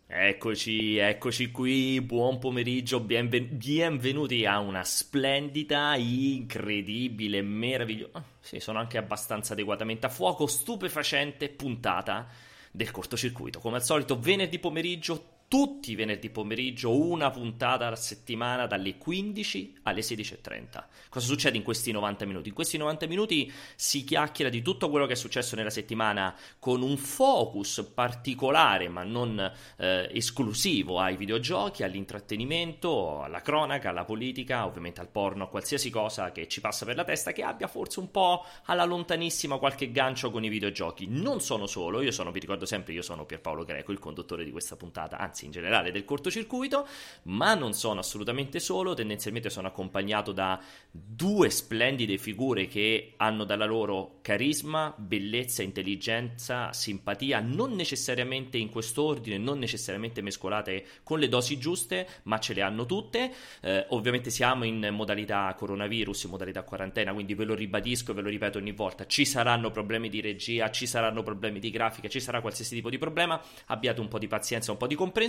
Eccoci qui, buon pomeriggio, benvenuti a una splendida, incredibile, meravigliosa, sì, sono anche abbastanza adeguatamente a fuoco, stupefacente puntata del cortocircuito. Come al solito, venerdì pomeriggio, tutti i venerdì pomeriggio, una puntata alla settimana dalle 15 alle 16:30. Cosa succede in questi 90 minuti? In questi 90 minuti si chiacchiera di tutto quello che è successo nella settimana con un focus particolare, ma non esclusivo, ai videogiochi, all'intrattenimento, alla cronaca, alla politica, ovviamente al porno, a qualsiasi cosa che ci passa per la testa che abbia forse un po' alla lontanissima qualche gancio con i videogiochi. Non sono solo, vi ricordo sempre, io sono Pierpaolo Greco, il conduttore di questa puntata, anzi in generale del cortocircuito, ma non sono assolutamente solo, tendenzialmente sono accompagnato da due splendide figure che hanno dalla loro carisma, bellezza, intelligenza, simpatia, non necessariamente in quest'ordine, non necessariamente mescolate con le dosi giuste, ma ce le hanno tutte. Ovviamente siamo in modalità coronavirus, in modalità quarantena, quindi ve lo ribadisco e ve lo ripeto ogni volta, ci saranno problemi di regia, ci saranno problemi di grafica, ci sarà qualsiasi tipo di problema, abbiate un po' di pazienza, un po' di comprensione,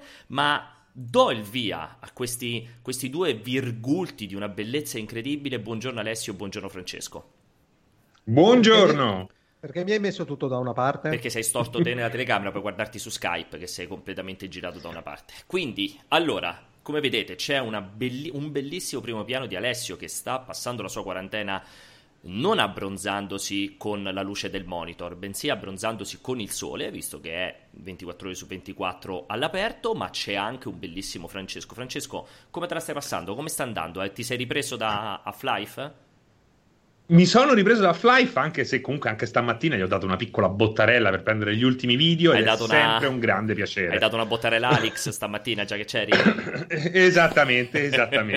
ma do il via a questi due virgulti di una bellezza incredibile. Buongiorno Alessio, buongiorno Francesco. Buongiorno. Perché mi hai messo tutto da una parte? Perché sei storto te nella telecamera, puoi guardarti su Skype che sei completamente girato da una parte. Quindi, allora, come vedete c'è un bellissimo primo piano di Alessio che sta passando la sua quarantena non abbronzandosi con la luce del monitor, bensì abbronzandosi con il sole, visto che è 24 ore su 24 all'aperto. Ma c'è anche un bellissimo Francesco. Francesco, come te la stai passando? Come sta andando? Ti sei ripreso da Half-Life? Mi sono ripreso da Half-Life, anche se comunque anche stamattina gli ho dato una piccola bottarella per prendere gli ultimi video ed è sempre un grande piacere. Hai dato una bottarella a Alex stamattina, già che c'eri? Esattamente.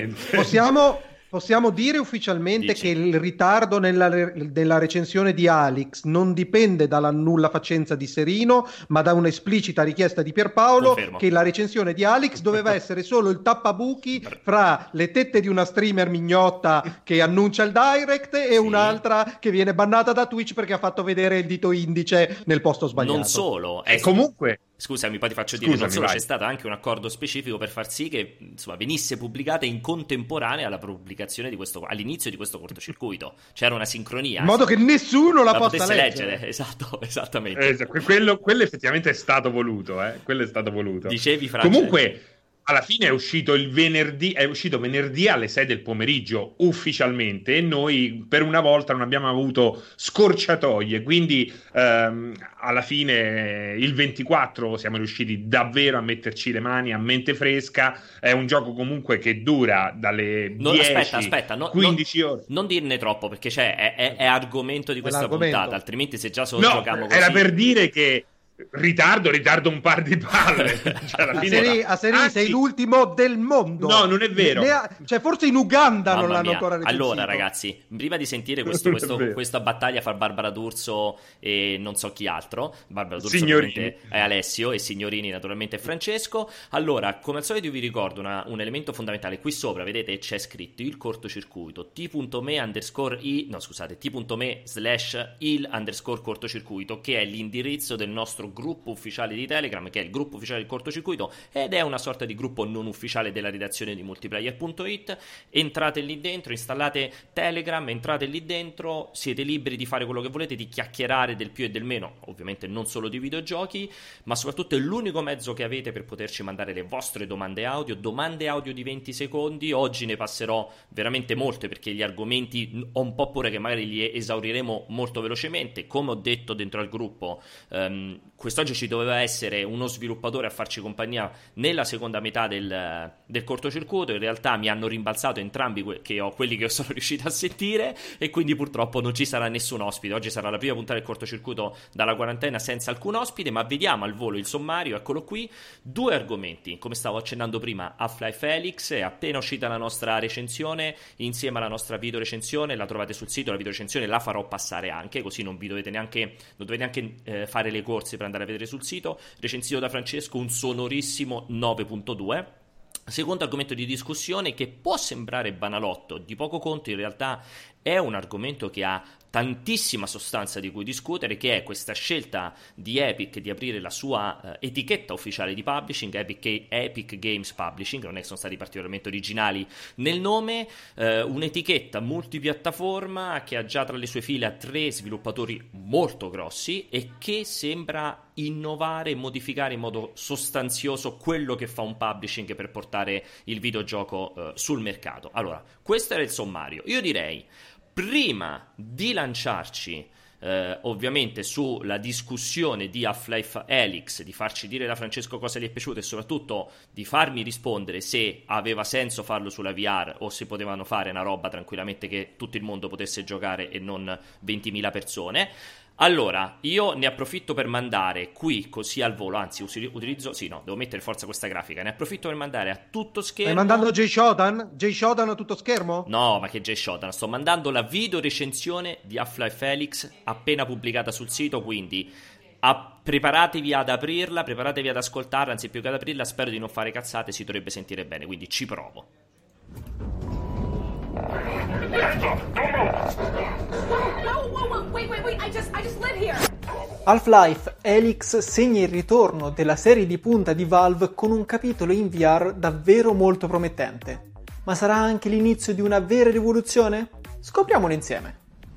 Possiamo dire ufficialmente che il ritardo della recensione di Alex non dipende dalla nulla faccenza di Serino, ma da un'esplicita richiesta di Pierpaolo. Confermo che la recensione di Alex doveva essere solo il tappabuchi fra le tette di una streamer mignotta che annuncia il direct e un'altra che viene bannata da Twitch perché ha fatto vedere il dito indice nel posto sbagliato. Non solo, comunque... Scusami, poi ti faccio dire, non solo, c'è stato anche un accordo specifico per far sì che insomma venisse pubblicata in contemporanea alla pubblicazione di questo, all'inizio di questo cortocircuito. C'era una sincronia. In modo che nessuno la possa leggere. Esatto, esattamente. Quello effettivamente è stato voluto, quello è stato voluto. Dicevi, Francesco. Comunque, alla fine è uscito venerdì alle 6 del pomeriggio ufficialmente, e noi per una volta non abbiamo avuto scorciatoie, quindi alla fine il 24 siamo riusciti davvero a metterci le mani a mente fresca. È un gioco comunque che dura dalle 15 ore. Non dirne troppo, perché è argomento di questa puntata, altrimenti se già solo giochiamo così... Era per dire che ritardo un par di palle. Cioè, alla fine sei l'ultimo del mondo. No, non è vero. Forse in Uganda non l'hanno ancora recensito. Allora, ragazzi, prima di sentire questa battaglia fra Barbara D'Urso e non so chi altro, Barbara D'Urso ovviamente è Alessio e Signorini naturalmente è Francesco. Allora, come al solito vi ricordo un elemento fondamentale. Qui sopra, vedete, c'è scritto il cortocircuito t.me/il_cortocircuito, che è l'indirizzo del nostro gruppo ufficiale di Telegram, che è il gruppo ufficiale del cortocircuito ed è una sorta di gruppo non ufficiale della redazione di multiplayer.it. Entrate lì dentro, installate Telegram, entrate lì dentro, siete liberi di fare quello che volete, di chiacchierare del più e del meno, ovviamente non solo di videogiochi, ma soprattutto è l'unico mezzo che avete per poterci mandare le vostre domande audio di 20 secondi. Oggi ne passerò veramente molte, perché gli argomenti ho un po' paura che magari li esauriremo molto velocemente. Come ho detto dentro al gruppo, quest'oggi ci doveva essere uno sviluppatore a farci compagnia nella seconda metà del cortocircuito. In realtà mi hanno rimbalzato entrambi quelli che sono riuscito a sentire, e quindi purtroppo non ci sarà nessun ospite. Oggi sarà la prima puntata del cortocircuito dalla quarantena senza alcun ospite, ma vediamo al volo il sommario. Eccolo qui, 2 argomenti. Come stavo accennando prima, Half-Life Alyx è appena uscita la nostra recensione insieme alla nostra video recensione, la trovate sul sito. La video recensione la farò passare anche, così non dovete neanche fare le corse per andare a vedere sul sito. Recensito da Francesco, un sonorissimo 9.2. Secondo argomento di discussione, che può sembrare banalotto, di poco conto, in realtà è un argomento che ha tantissima sostanza di cui discutere, che è questa scelta di Epic di aprire la sua etichetta ufficiale di publishing, Epic Games Publishing. Non è che sono stati particolarmente originali nel nome, un'etichetta multipiattaforma che ha già tra le sue fila 3 sviluppatori molto grossi e che sembra innovare e modificare in modo sostanzioso quello che fa un publishing per portare il videogioco sul mercato. Allora, questo era il sommario. Io direi, prima di lanciarci ovviamente sulla discussione di Half-Life Alyx, di farci dire da Francesco cosa gli è piaciuto e soprattutto di farmi rispondere se aveva senso farlo sulla VR o se potevano fare una roba tranquillamente che tutto il mondo potesse giocare e non 20.000 persone. Allora, io ne approfitto per mandare qui, così al volo, anzi devo mettere forza questa grafica, ne approfitto per mandare a tutto schermo. Stai mandando Jay Shodan a tutto schermo? No, ma che Jay Shodan, sto mandando la video recensione di Half-Life Alyx appena pubblicata sul sito, quindi preparatevi ad aprirla, preparatevi ad ascoltarla, anzi più che ad aprirla, spero di non fare cazzate, si dovrebbe sentire bene, quindi ci provo. Half-Life Alyx segna il ritorno della serie di punta di Valve con un capitolo in VR davvero molto promettente. Ma sarà anche l'inizio di una vera rivoluzione? Scopriamolo insieme.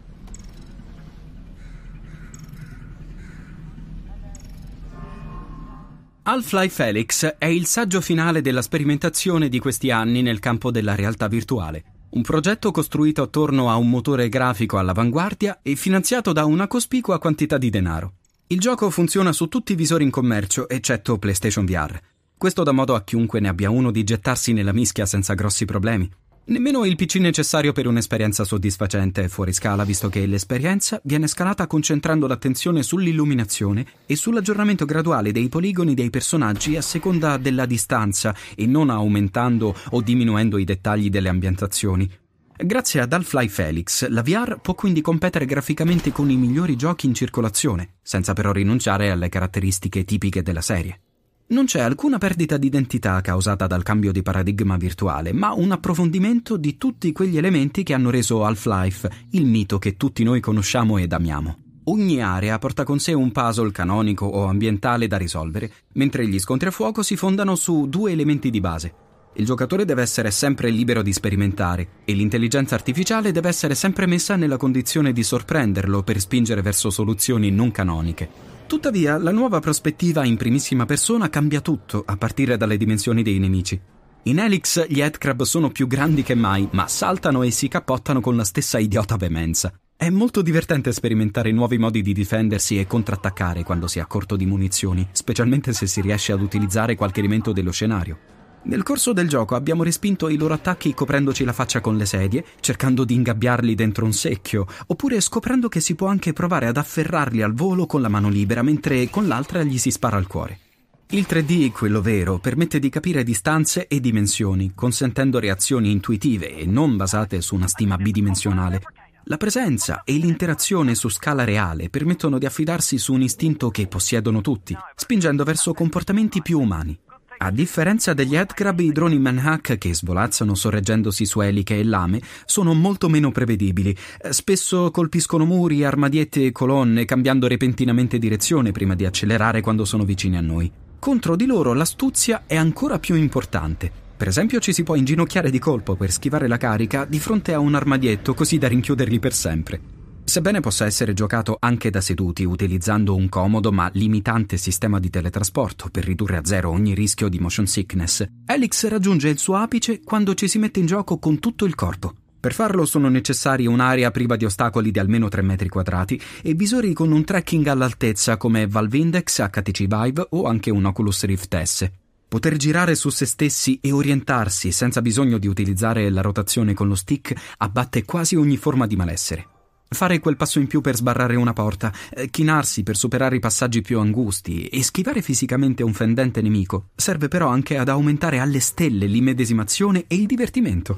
Half-Life Alyx è il saggio finale della sperimentazione di questi anni nel campo della realtà virtuale. Un progetto costruito attorno a un motore grafico all'avanguardia e finanziato da una cospicua quantità di denaro. Il gioco funziona su tutti i visori in commercio, eccetto PlayStation VR. Questo dà modo a chiunque ne abbia uno di gettarsi nella mischia senza grossi problemi. Nemmeno il PC necessario per un'esperienza soddisfacente è fuori scala, visto che l'esperienza viene scalata concentrando l'attenzione sull'illuminazione e sull'aggiornamento graduale dei poligoni dei personaggi a seconda della distanza e non aumentando o diminuendo i dettagli delle ambientazioni. Grazie ad Half-Life Alyx, la VR può quindi competere graficamente con i migliori giochi in circolazione, senza però rinunciare alle caratteristiche tipiche della serie. Non c'è alcuna perdita di identità causata dal cambio di paradigma virtuale, ma un approfondimento di tutti quegli elementi che hanno reso Half-Life il mito che tutti noi conosciamo ed amiamo. Ogni area porta con sé un puzzle canonico o ambientale da risolvere, mentre gli scontri a fuoco si fondano su 2 elementi di base. Il giocatore deve essere sempre libero di sperimentare e l'intelligenza artificiale deve essere sempre messa nella condizione di sorprenderlo per spingere verso soluzioni non canoniche. Tuttavia, la nuova prospettiva in primissima persona cambia tutto, a partire dalle dimensioni dei nemici. In Alyx gli headcrab sono più grandi che mai, ma saltano e si cappottano con la stessa idiota veemenza. È molto divertente sperimentare nuovi modi di difendersi e contrattaccare quando si è a corto di munizioni, specialmente se si riesce ad utilizzare qualche elemento dello scenario. Nel corso del gioco abbiamo respinto i loro attacchi coprendoci la faccia con le sedie, cercando di ingabbiarli dentro un secchio, oppure scoprendo che si può anche provare ad afferrarli al volo con la mano libera, mentre con l'altra gli si spara al cuore. Il 3D, quello vero, permette di capire distanze e dimensioni, consentendo reazioni intuitive e non basate su una stima bidimensionale. La presenza e l'interazione su scala reale permettono di affidarsi su un istinto che possiedono tutti, spingendo verso comportamenti più umani. A differenza degli headcrab, i droni Manhack, che svolazzano sorreggendosi su eliche e lame, sono molto meno prevedibili. Spesso colpiscono muri, armadiette e colonne, cambiando repentinamente direzione prima di accelerare quando sono vicini a noi. Contro di loro l'astuzia è ancora più importante. Per esempio ci si può inginocchiare di colpo per schivare la carica di fronte a un armadietto, così da rinchiuderli per sempre. Sebbene possa essere giocato anche da seduti utilizzando un comodo ma limitante sistema di teletrasporto per ridurre a zero ogni rischio di motion sickness, Alyx raggiunge il suo apice quando ci si mette in gioco con tutto il corpo. Per farlo sono necessari un'area priva di ostacoli di almeno 3 metri quadrati e visori con un tracking all'altezza come Valve Index, HTC Vive o anche un Oculus Rift S. Poter girare su se stessi e orientarsi senza bisogno di utilizzare la rotazione con lo stick abbatte quasi ogni forma di malessere. Fare quel passo in più per sbarrare una porta, chinarsi per superare i passaggi più angusti e schivare fisicamente un fendente nemico serve però anche ad aumentare alle stelle l'immedesimazione e il divertimento.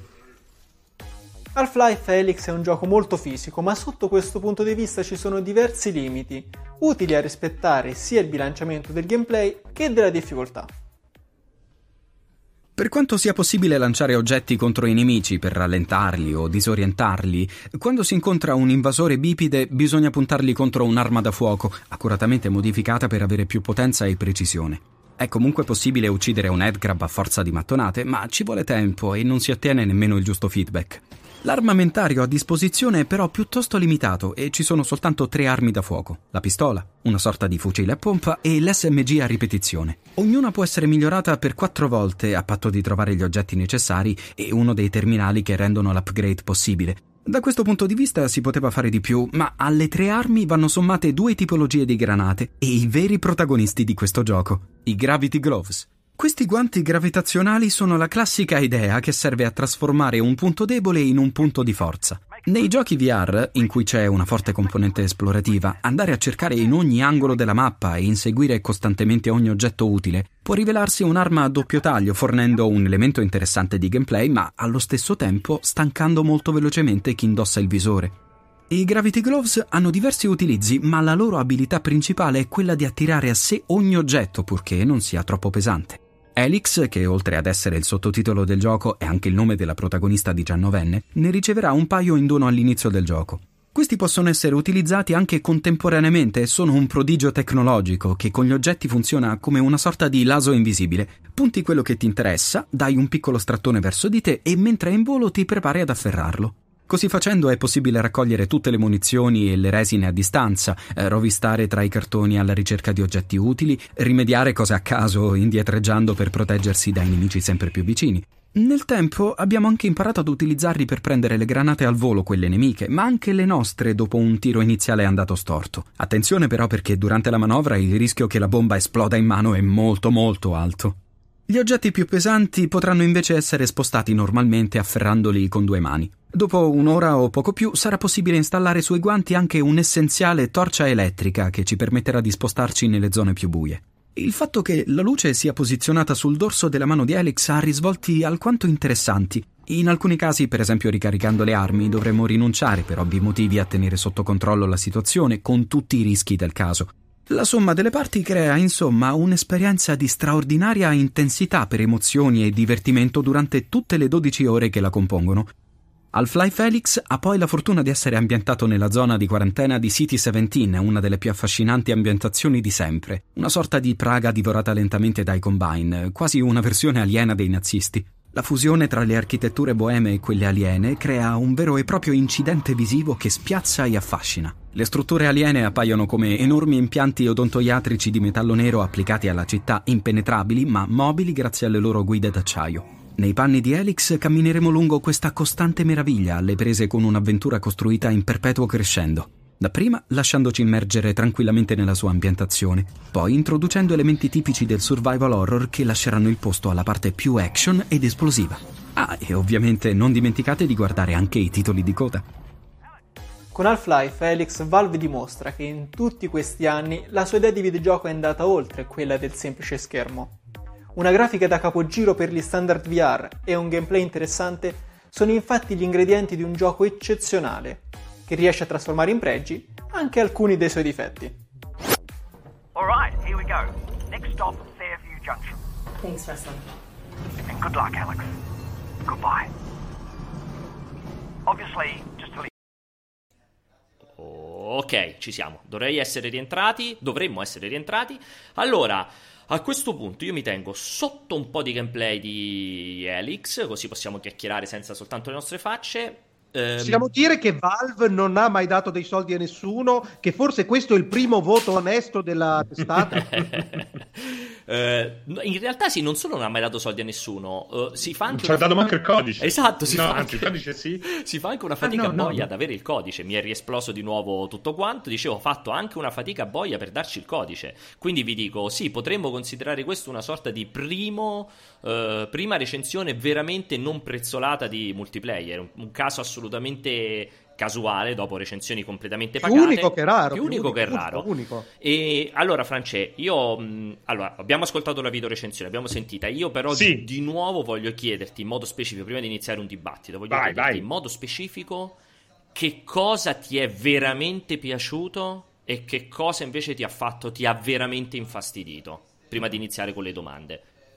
Half-Life Alyx è un gioco molto fisico, ma sotto questo punto di vista ci sono diversi limiti, utili a rispettare sia il bilanciamento del gameplay che della difficoltà. Per quanto sia possibile lanciare oggetti contro i nemici per rallentarli o disorientarli, quando si incontra un invasore bipede bisogna puntarli contro un'arma da fuoco, accuratamente modificata per avere più potenza e precisione. È comunque possibile uccidere un headcrab a forza di mattonate, ma ci vuole tempo e non si ottiene nemmeno il giusto feedback. L'armamentario a disposizione è però piuttosto limitato e ci sono soltanto 3 armi da fuoco: la pistola, una sorta di fucile a pompa e l'SMG a ripetizione. Ognuna può essere migliorata per 4 volte a patto di trovare gli oggetti necessari e uno dei terminali che rendono l'upgrade possibile. Da questo punto di vista si poteva fare di più, ma alle 3 armi vanno sommate 2 tipologie di granate e i veri protagonisti di questo gioco, i Gravity Gloves. Questi guanti gravitazionali sono la classica idea che serve a trasformare un punto debole in un punto di forza. Nei giochi VR, in cui c'è una forte componente esplorativa, andare a cercare in ogni angolo della mappa e inseguire costantemente ogni oggetto utile può rivelarsi un'arma a doppio taglio, fornendo un elemento interessante di gameplay, ma allo stesso tempo stancando molto velocemente chi indossa il visore. I Gravity Gloves hanno diversi utilizzi, ma la loro abilità principale è quella di attirare a sé ogni oggetto, purché non sia troppo pesante. Alyx, che oltre ad essere il sottotitolo del gioco è anche il nome della protagonista 19enne, ne riceverà un paio in dono all'inizio del gioco. Questi possono essere utilizzati anche contemporaneamente e sono un prodigio tecnologico che con gli oggetti funziona come una sorta di laso invisibile. Punti quello che ti interessa, dai un piccolo strattone verso di te e mentre è in volo ti prepari ad afferrarlo. Così facendo è possibile raccogliere tutte le munizioni e le resine a distanza, rovistare tra i cartoni alla ricerca di oggetti utili, rimediare cose a caso indietreggiando per proteggersi dai nemici sempre più vicini. Nel tempo abbiamo anche imparato ad utilizzarli per prendere le granate al volo, quelle nemiche, ma anche le nostre dopo un tiro iniziale andato storto. Attenzione però, perché durante la manovra il rischio che la bomba esploda in mano è molto molto alto. Gli oggetti più pesanti potranno invece essere spostati normalmente afferrandoli con 2 mani. Dopo un'ora o poco più sarà possibile installare sui guanti anche un'essenziale torcia elettrica che ci permetterà di spostarci nelle zone più buie. Il fatto che la luce sia posizionata sul dorso della mano di Alyx ha risvolti alquanto interessanti. In alcuni casi, per esempio ricaricando le armi, dovremmo rinunciare per ovvi motivi a tenere sotto controllo la situazione, con tutti i rischi del caso. La somma delle parti crea, insomma, un'esperienza di straordinaria intensità per emozioni e divertimento durante tutte le 12 ore che la compongono. Half-Life Alyx ha poi la fortuna di essere ambientato nella zona di quarantena di City 17, una delle più affascinanti ambientazioni di sempre. Una sorta di Praga divorata lentamente dai Combine, quasi una versione aliena dei nazisti. La fusione tra le architetture boeme e quelle aliene crea un vero e proprio incidente visivo che spiazza e affascina. Le strutture aliene appaiono come enormi impianti odontoiatrici di metallo nero applicati alla città, impenetrabili ma mobili grazie alle loro guide d'acciaio. Nei panni di Alyx cammineremo lungo questa costante meraviglia, alle prese con un'avventura costruita in perpetuo crescendo. Dapprima lasciandoci immergere tranquillamente nella sua ambientazione, poi introducendo elementi tipici del survival horror che lasceranno il posto alla parte più action ed esplosiva. Ah, e ovviamente non dimenticate di guardare anche i titoli di coda. Con Half-Life Alyx Valve dimostra che in tutti questi anni la sua idea di videogioco è andata oltre quella del semplice schermo. Una grafica da capogiro per gli standard VR e un gameplay interessante sono infatti gli ingredienti di un gioco eccezionale, che riesce a trasformare in pregi anche alcuni dei suoi difetti. Alright, here we go. Next stop, Fairview Junction. Thanks, Russell. And good luck, Alex. Goodbye. Obviously, just to leave. Ok, ci siamo. Dovremmo essere rientrati. Allora, a questo punto io mi tengo sotto un po' di gameplay di Alyx, così possiamo chiacchierare senza soltanto le nostre facce. Possiamo dire che Valve non ha mai dato dei soldi a nessuno, che forse questo è il primo voto onesto della testata. In realtà sì, non solo non ha mai dato soldi a nessuno, si fa anche ci ha dato manco il codice. Esatto, il codice sì. Si fa anche una fatica boia ad avere il codice. Mi è riesploso di nuovo tutto quanto. Dicevo, ho fatto anche una fatica boia per darci il codice. Quindi vi dico, sì, potremmo considerare questo una sorta di prima recensione veramente non prezzolata di multiplayer, un caso assolutamente casuale dopo recensioni completamente pagate. Più unico che raro. Più unico che raro. E allora, France, abbiamo ascoltato la video recensione, abbiamo sentita. Io però di nuovo voglio chiederti in modo specifico, prima di iniziare un dibattito, chiederti in modo specifico che cosa ti è veramente piaciuto e che cosa invece ti ha veramente infastidito, prima di iniziare con le domande.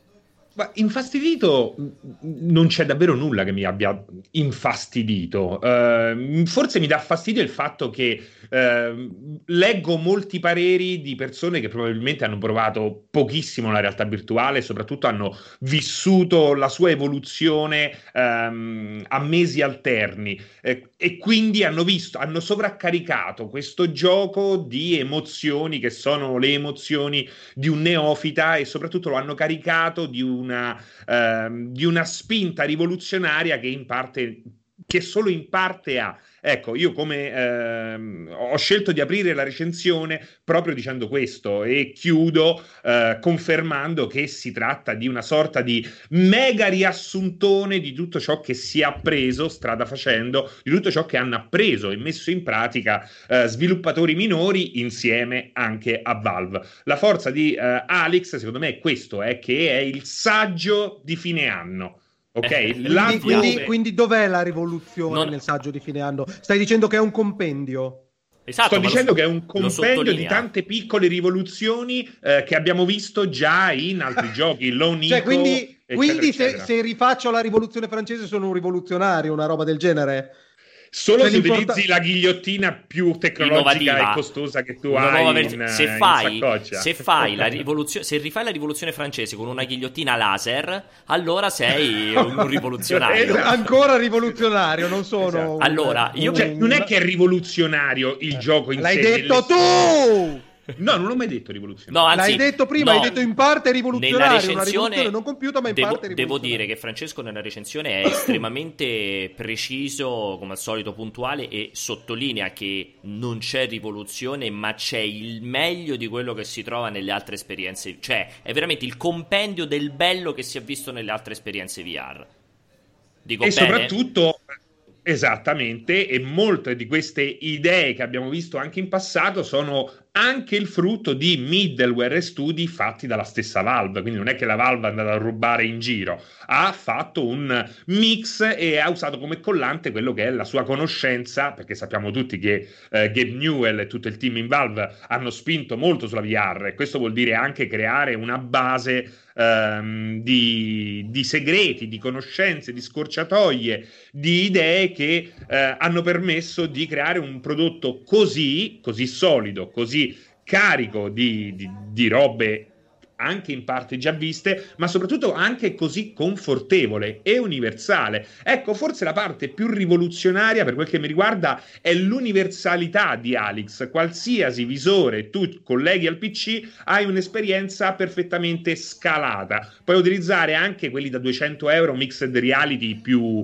Ma infastidito non c'è davvero nulla che mi abbia infastidito. Forse mi dà fastidio il fatto che leggo molti pareri di persone che probabilmente hanno provato pochissimo la realtà virtuale e soprattutto hanno vissuto la sua evoluzione a mesi alterni e quindi hanno sovraccaricato questo gioco di emozioni che sono le emozioni di un neofita e soprattutto lo hanno caricato di una spinta rivoluzionaria che solo in parte ha. Ecco, io ho scelto di aprire la recensione proprio dicendo questo e chiudo confermando che si tratta di una sorta di mega riassuntone di tutto ciò che si è appreso strada facendo, di tutto ciò che hanno appreso e messo in pratica sviluppatori minori insieme anche a Valve. La forza di Alyx secondo me è questo, che è il saggio di fine anno. Ok, quindi dov'è la rivoluzione nel saggio di fine anno? Stai dicendo che è un compendio? Esatto, sto dicendo che è un compendio di tante piccole rivoluzioni che abbiamo visto già in altri giochi. Cioè, quindi se rifaccio la rivoluzione francese sono un rivoluzionario, una roba del genere? Solo se utilizzi la ghigliottina più tecnologica innovativa e costosa che tu hai se rifai la rivoluzione francese con una ghigliottina laser, allora sei un rivoluzionario. Ancora rivoluzionario, non sono esatto. Allora, non è che è rivoluzionario il gioco in sé. L'hai detto tu! No, non l'ho mai detto rivoluzionario. No, anzi, l'hai detto prima, hai detto in parte rivoluzionario, una rivoluzione non compiuta, ma in parte rivoluzionario. Devo dire che Francesco nella recensione è estremamente preciso, come al solito puntuale, e sottolinea che non c'è rivoluzione, ma c'è il meglio di quello che si trova nelle altre esperienze. Cioè, è veramente il compendio del bello che si è visto nelle altre esperienze VR. Dico bene? Soprattutto... Esattamente, e molte di queste idee che abbiamo visto anche in passato sono anche il frutto di middleware e studi fatti dalla stessa Valve, quindi non è che la Valve è andata a rubare in giro, ha fatto un mix e ha usato come collante quello che è la sua conoscenza, perché sappiamo tutti che Gabe Newell e tutto il team in Valve hanno spinto molto sulla VR e questo vuol dire anche creare una base di segreti, di conoscenze, di scorciatoie, di idee che hanno permesso di creare un prodotto così solido, così carico di robe anche in parte già viste, ma soprattutto anche così confortevole e universale. Ecco, forse la parte più rivoluzionaria per quel che mi riguarda è l'universalità di Alyx. Qualsiasi visore tu colleghi al PC hai un'esperienza perfettamente scalata. Puoi utilizzare anche quelli da 200 euro mixed reality più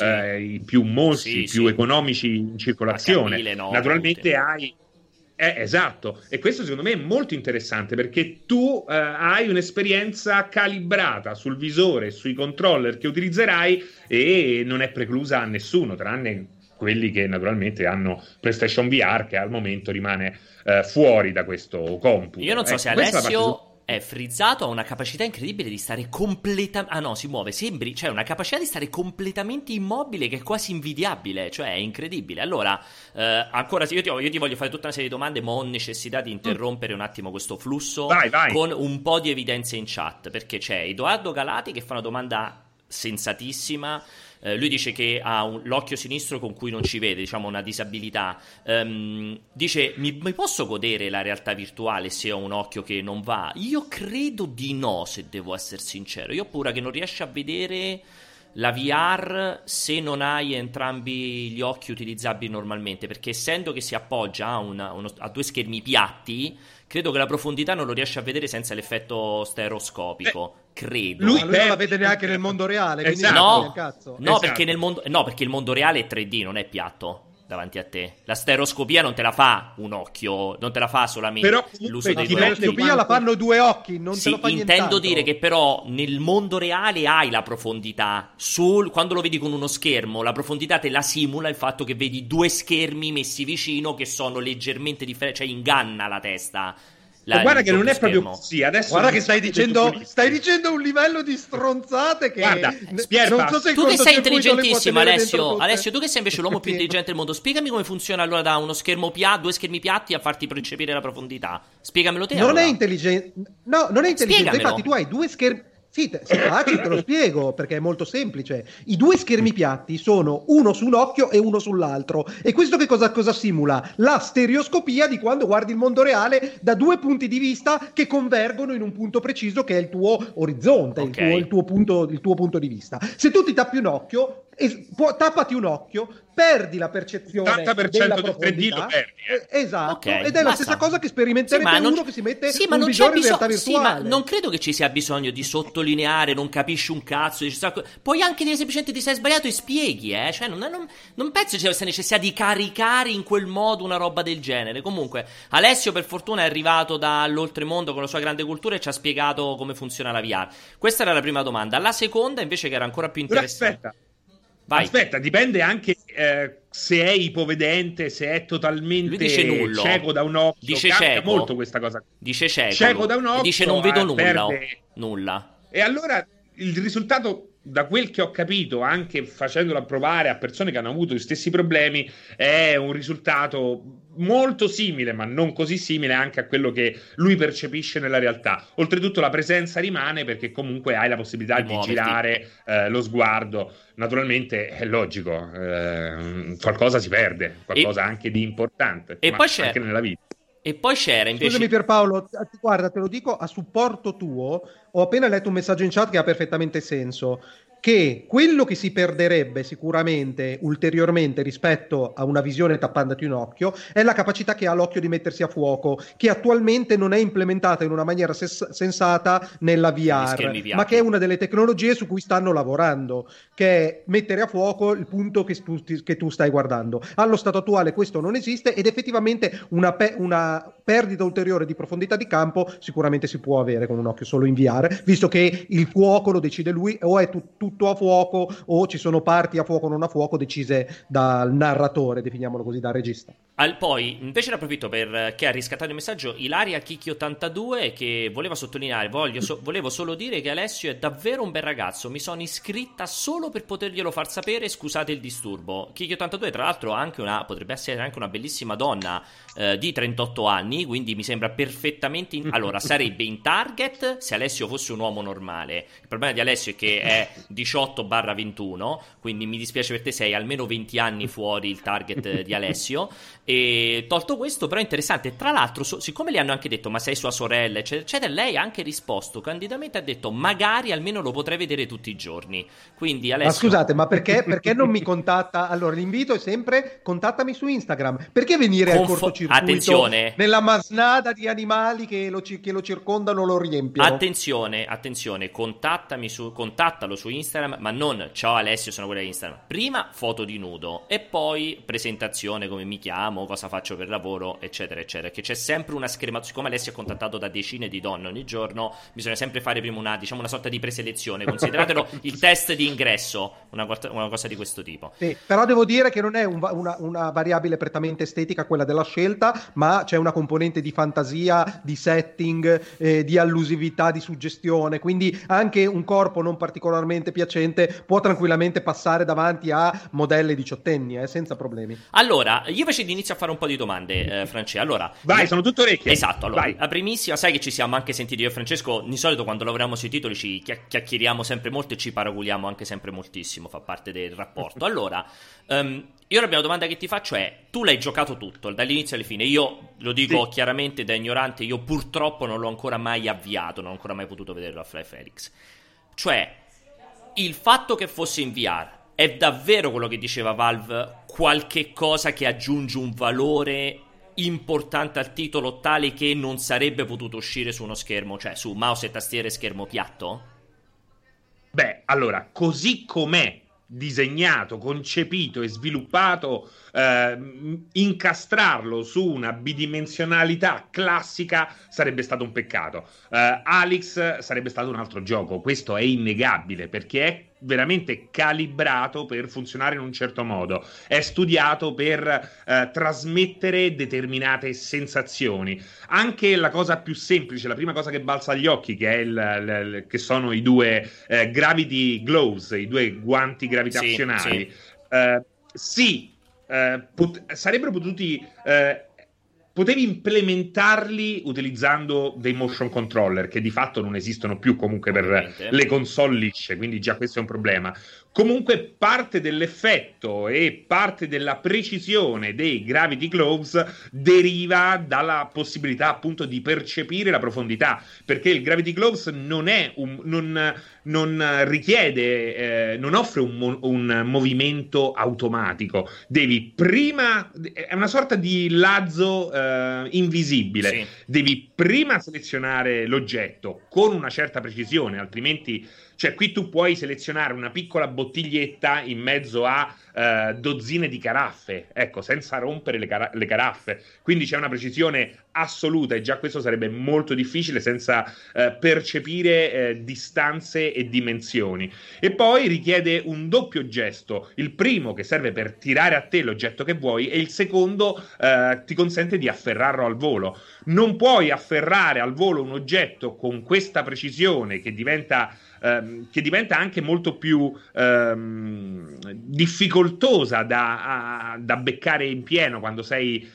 mossi, più economici in circolazione. Naturalmente hai... esatto, e questo secondo me è molto interessante perché tu hai un'esperienza calibrata sul visore, sui controller che utilizzerai e non è preclusa a nessuno, tranne quelli che naturalmente hanno PlayStation VR, che al momento rimane fuori da questo computo. Io non so se Alessio è frizzato, ha una capacità incredibile di stare completamente... si muove, c'è una capacità di stare completamente immobile che è quasi invidiabile, cioè è incredibile. Allora, ancora io ti voglio fare tutta una serie di domande, ma ho necessità di interrompere un attimo questo flusso vai. Con un po' di evidenze in chat, perché c'è Edoardo Galati che fa una domanda sensatissima. Lui dice che ha l'occhio sinistro con cui non ci vede, diciamo una disabilità. Dice, mi posso godere la realtà virtuale se ho un occhio che non va? Io credo di no, se devo essere sincero. Io ho paura che non riesci a vedere la VR se non hai entrambi gli occhi utilizzabili normalmente, perché essendo che si appoggia a due schermi piatti, credo che la profondità non lo riesci a vedere senza l'effetto stereoscopico. Credo. Lui non la vede neanche nel mondo reale. Esatto. Cazzo. No, esatto. Perché il mondo reale è 3D, non è piatto davanti a te. La stereoscopia non te la fa un occhio, non te la fa solamente l'uso dei due occhi. La stereoscopia la fanno due occhi, non te lo fa nient'altro. Intendo dire che però nel mondo reale hai la profondità. Quando lo vedi con uno schermo, la profondità te la simula il fatto che vedi due schermi messi vicino che sono leggermente differenti, cioè inganna la testa. Guarda che non è proprio così. Adesso guarda che stai dicendo un livello di stronzate che guarda, non so se tu che sei intelligentissimo, Alessio, tu che sei invece l'uomo più intelligente del mondo, spiegami come funziona allora da uno schermo due schermi piatti a farti percepire la profondità. Spiegamelo te. Non è intelligente. No, non è intelligente. Spiegamelo. Infatti tu hai due schermi. Sì, se facile te lo spiego, perché è molto semplice. I due schermi piatti sono uno su un occhio e uno sull'altro. E questo che cosa simula? La stereoscopia di quando guardi il mondo reale da due punti di vista che convergono in un punto preciso che è il tuo orizzonte, Okay. il tuo punto di vista. Se tu ti tappi un occhio, tappati un occhio, perdi la percezione della del 3D lo profondità. perdi. Esatto, Ok, ed è la basta. stessa cosa che sperimenterete uno che si mette un visore in realtà virtuale. Sì, ma non credo che ci sia bisogno di sottolineare, non capisci un cazzo. Puoi anche dire semplicemente ti sei sbagliato e spieghi, Cioè, non penso ci sia questa necessità di caricare in quel modo una roba del genere. Comunque, Alessio per fortuna è arrivato dall'oltremondo con la sua grande cultura e ci ha spiegato come funziona la VR. Questa era la prima domanda. La seconda invece che era ancora più interessante. Aspetta, dipende anche se è ipovedente, se è totalmente cieco da un occhio. Dice cambia cieco. molto questa cosa. Dice cieco da un occhio. Dice non vedo nulla. Perde... Nulla. E allora il risultato, da quel che ho capito, anche facendolo provare a persone che hanno avuto gli stessi problemi, è un risultato molto simile, ma non così simile anche a quello che lui percepisce nella realtà. Oltretutto la presenza rimane, perché comunque hai la possibilità di girare lo sguardo. Naturalmente è logico, qualcosa si perde, qualcosa anche di importante, e ma poi c'è anche nella vita. E poi c'era invece... Scusami Pierpaolo, guarda, te lo dico a supporto tuo, ho appena letto un messaggio in chat che ha perfettamente senso, che quello che si perderebbe sicuramente ulteriormente rispetto a una visione tappandoti un occhio è la capacità che ha l'occhio di mettersi a fuoco, che attualmente non è implementata in una maniera sensata nella VR, ma che è una delle tecnologie su cui stanno lavorando, che è mettere a fuoco il punto che tu stai guardando. Allo stato attuale questo non esiste ed effettivamente una perdita ulteriore di profondità di campo sicuramente si può avere con un occhio solo in VR, visto che il fuoco lo decide lui, o è tutto a fuoco o ci sono parti a fuoco o non a fuoco decise dal narratore, definiamolo così, dal regista. Poi invece ne approfitto perché ha riscattato il messaggio Ilaria Chicchi82 che voleva sottolineare, volevo solo dire che Alessio è davvero un bel ragazzo, mi sono iscritta solo per poterglielo far sapere, scusate il disturbo. Chicchi82 tra l'altro potrebbe essere anche una bellissima donna di 38 anni, quindi mi sembra perfettamente allora sarebbe in target se Alessio fosse un uomo normale. Il problema di Alessio è che è 18/21, quindi mi dispiace per te, sei almeno 20 anni fuori il target di Alessio. E tolto questo, però è interessante. Tra l'altro, siccome le hanno anche detto ma sei sua sorella eccetera eccetera, lei ha anche risposto candidamente, ha detto magari almeno lo potrei vedere tutti i giorni. Quindi Alessio... Ma scusate, ma perché non mi contatta? Allora l'invito è sempre contattami su Instagram, perché venire al cortocircuito nella masnada di animali che lo circondano, lo riempiono? Attenzione, contattalo su Instagram, ma non ciao Alessio sono quella di Instagram, prima foto di nudo e poi presentazione, come mi chiamo, cosa faccio per lavoro eccetera eccetera, che c'è sempre una schermatura. Siccome Alessio è contattato da decine di donne ogni giorno, bisogna sempre fare prima una sorta di preselezione, consideratelo il test di ingresso, una cosa di questo tipo. Sì, però devo dire che non è una variabile prettamente estetica quella della scelta, ma c'è una componente di fantasia, di setting, di allusività, di suggestione, quindi anche un corpo non particolarmente piacente può tranquillamente passare davanti a modelle diciottenni, senza problemi. Allora, io invece inizio a fare un po' di domande, Francesco. Allora, vai, sono tutto orecchie. Esatto, allora, vai. La primissima, sai che ci siamo anche sentiti io e Francesco, di solito quando lavoriamo sui titoli ci chiacchieriamo sempre molto e ci paraculiamo anche sempre moltissimo, fa parte del rapporto. Allora, io la prima domanda che ti faccio è, tu l'hai giocato tutto, dall'inizio alla fine, io lo dico chiaramente da ignorante, io purtroppo non l'ho ancora mai avviato, non ho ancora mai potuto vederlo a Half-Life Alyx. Cioè, il fatto che fosse in VR è davvero quello che diceva Valve, qualche cosa che aggiunge un valore importante al titolo tale che non sarebbe potuto uscire su uno schermo, cioè su mouse e tastiere e schermo piatto? Beh, allora, così com'è disegnato, concepito e sviluppato, incastrarlo su una bidimensionalità classica sarebbe stato un peccato. Alyx sarebbe stato un altro gioco, questo è innegabile, perché è veramente calibrato per funzionare in un certo modo, è studiato per trasmettere determinate sensazioni. Anche la cosa più semplice, la prima cosa che balza agli occhi, che è che sono i due gravity gloves, i due guanti gravitazionali, sarebbero potuti potevi implementarli utilizzando dei motion controller che di fatto non esistono più comunque per le console lisce, quindi già questo è un problema. Comunque parte dell'effetto e parte della precisione dei Gravity Gloves deriva dalla possibilità appunto di percepire la profondità, perché il Gravity Gloves non è non richiede, non offre un movimento automatico. Devi prima, è una sorta di lazzo invisibile, sì. Devi prima selezionare l'oggetto con una certa precisione, altrimenti, cioè qui tu puoi selezionare una piccola bottiglietta in mezzo a dozzine di caraffe, ecco, senza rompere le caraffe, quindi c'è una precisione assoluta e già questo sarebbe molto difficile senza percepire distanze e dimensioni. E poi richiede un doppio gesto, il primo che serve per tirare a te l'oggetto che vuoi e il secondo ti consente di afferrarlo al volo. Non puoi afferrare al volo un oggetto con questa precisione che diventa anche molto più difficoltosa da beccare in pieno quando sei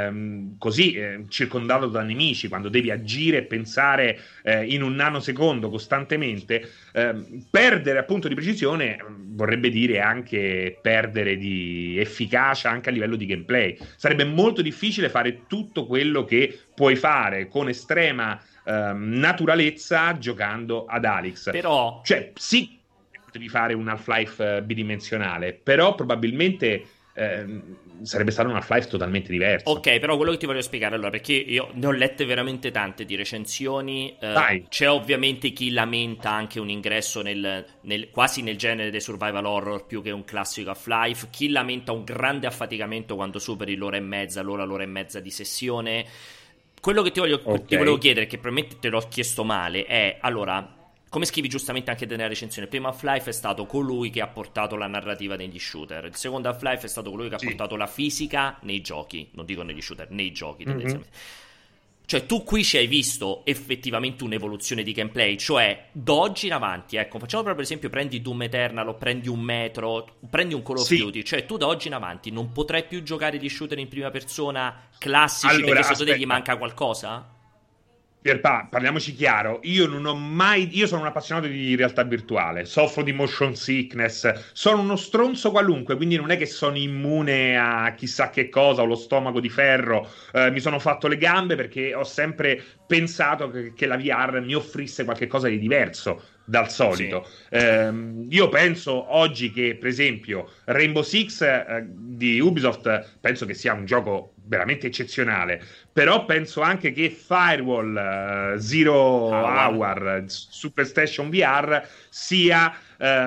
così circondato da nemici, quando devi agire e pensare in un nanosecondo costantemente. Perdere appunto di precisione vorrebbe dire anche perdere di efficacia anche a livello di gameplay. Sarebbe molto difficile fare tutto quello che puoi fare con estrema naturalezza giocando ad Alyx. Però, cioè, sì, devi fare un Half-Life bidimensionale, però probabilmente sarebbe stato un Half-Life totalmente diverso. Ok, però quello che ti voglio spiegare, allora, perché io ne ho lette veramente tante di recensioni, c'è ovviamente chi lamenta anche un ingresso quasi nel genere dei survival horror più che un classico Half-Life, chi lamenta un grande affaticamento quando superi l'ora e mezza di sessione. Quello che ti volevo chiedere, che probabilmente te l'ho chiesto male, è, allora, come scrivi giustamente anche nella recensione, il primo Half-Life è stato colui che ha portato la narrativa negli shooter, il secondo Half-Life è stato colui che ha portato la fisica nei giochi, non dico negli shooter, nei giochi tendenzialmente. Cioè tu qui ci hai visto effettivamente un'evoluzione di gameplay, cioè d'oggi in avanti, ecco, facciamo proprio esempio, prendi Doom Eternal o prendi un Metro, prendi un Call of Duty, cioè tu da oggi in avanti non potrai più giocare gli shooter in prima persona classici, allora, perché secondo te gli manca qualcosa? Pierpa, parliamoci chiaro, io sono un appassionato di realtà virtuale, soffro di motion sickness, sono uno stronzo qualunque, quindi non è che sono immune a chissà che cosa, ho lo stomaco di ferro, mi sono fatto le gambe perché ho sempre pensato che la VR mi offrisse qualche cosa di diverso dal solito. Sì. Io penso oggi che, per esempio, Rainbow Six di Ubisoft penso che sia un gioco veramente eccezionale, però penso anche che Firewall Zero Hour Superstation VR sia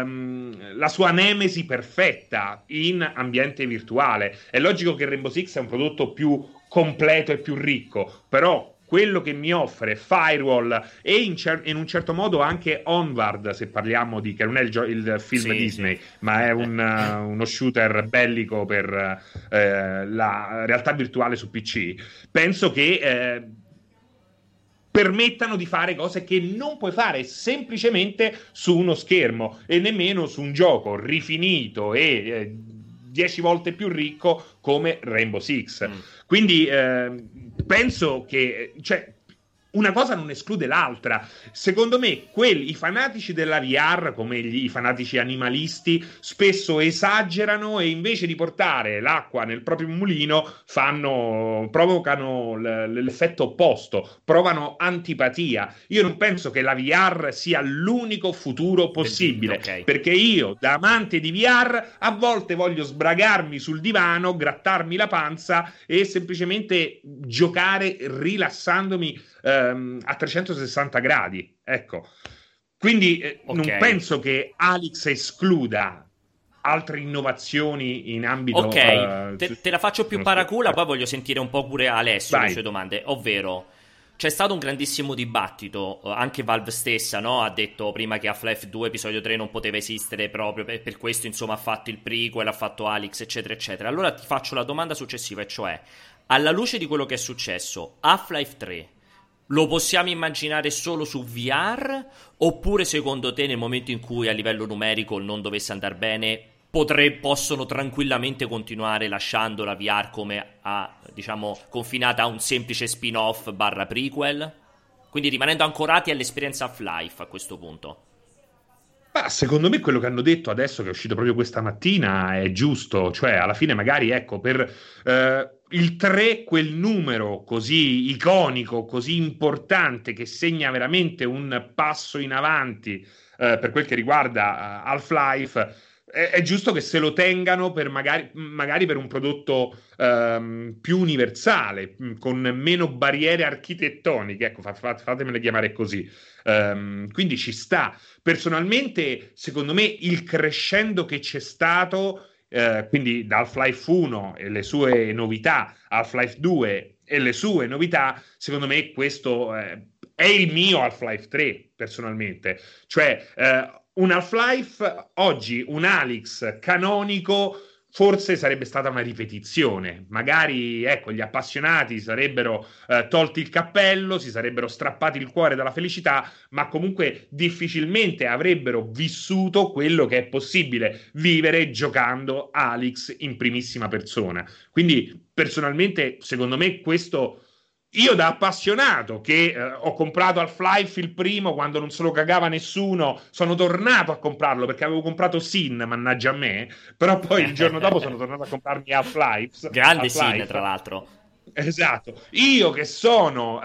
la sua nemesi perfetta in ambiente virtuale. È logico che Rainbow Six è un prodotto più completo e più ricco, però quello che mi offre Firewall e in un certo modo anche Onward, se parliamo che non è il film Disney, ma è uno shooter bellico per la realtà virtuale su PC, penso che permettano di fare cose che non puoi fare semplicemente su uno schermo e nemmeno su un gioco rifinito e 10 volte più ricco come Rainbow Six. Quindi penso che una cosa non esclude l'altra. Secondo me i fanatici della VR, come i fanatici animalisti, spesso esagerano e invece di portare l'acqua nel proprio mulino provocano l'effetto opposto, provano antipatia. Io non penso che la VR sia l'unico futuro possibile, perché io, da amante di VR, a volte voglio sbragarmi sul divano, grattarmi la panza e semplicemente giocare rilassandomi a 360 gradi, ecco. Quindi non penso che Alyx escluda altre innovazioni in ambito te la faccio più paracula, poi voglio sentire un po' pure Alessio le sue domande, ovvero c'è stato un grandissimo dibattito, anche Valve stessa, no? Ha detto prima che Half-Life 2 episodio 3 non poteva esistere proprio per questo, insomma, ha fatto il prequel, ha fatto Alyx, eccetera eccetera. Allora ti faccio la domanda successiva, e cioè, alla luce di quello che è successo, Half-Life 3 lo possiamo immaginare solo su VR? Oppure secondo te nel momento in cui a livello numerico non dovesse andare bene possono tranquillamente continuare lasciando la VR come confinata a un semplice spin-off / prequel, quindi rimanendo ancorati all'esperienza Half-Life a questo punto. Ma secondo me quello che hanno detto adesso, che è uscito proprio questa mattina, è giusto. Cioè, alla fine magari, ecco, per il 3, quel numero così iconico, così importante, che segna veramente un passo in avanti per quel che riguarda Half-Life, è giusto che se lo tengano per magari per un prodotto più universale, con meno barriere architettoniche, ecco, fatemele chiamare così. Quindi ci sta. Personalmente, secondo me, il crescendo che c'è stato, quindi da Half-Life 1 e le sue novità, Half-Life 2 e le sue novità, secondo me questo è il mio Half-Life 3, personalmente. Cioè, un Half-Life oggi, un Alyx canonico, forse sarebbe stata una ripetizione. Magari, ecco, gli appassionati sarebbero tolti il cappello, si sarebbero strappati il cuore dalla felicità, ma comunque difficilmente avrebbero vissuto quello che è possibile vivere giocando Alyx in primissima persona. Quindi, personalmente, secondo me questo... Io da appassionato che ho comprato Half-Life il primo quando non se lo cagava nessuno, sono tornato a comprarlo perché avevo comprato Sin, mannaggia a me, però poi il giorno dopo sono tornato a comprarmi Half-Life. Grande Sin, tra l'altro. Esatto. Io che sono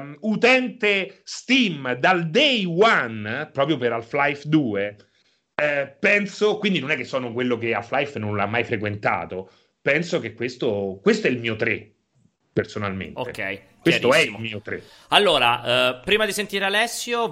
utente Steam dal day one, proprio per Half-Life 2, penso, quindi non è che sono quello che Half-Life non l'ha mai frequentato, penso che questo è il mio 3. Personalmente. Ok, questo è il mio 3. Allora, prima di sentire Alessio,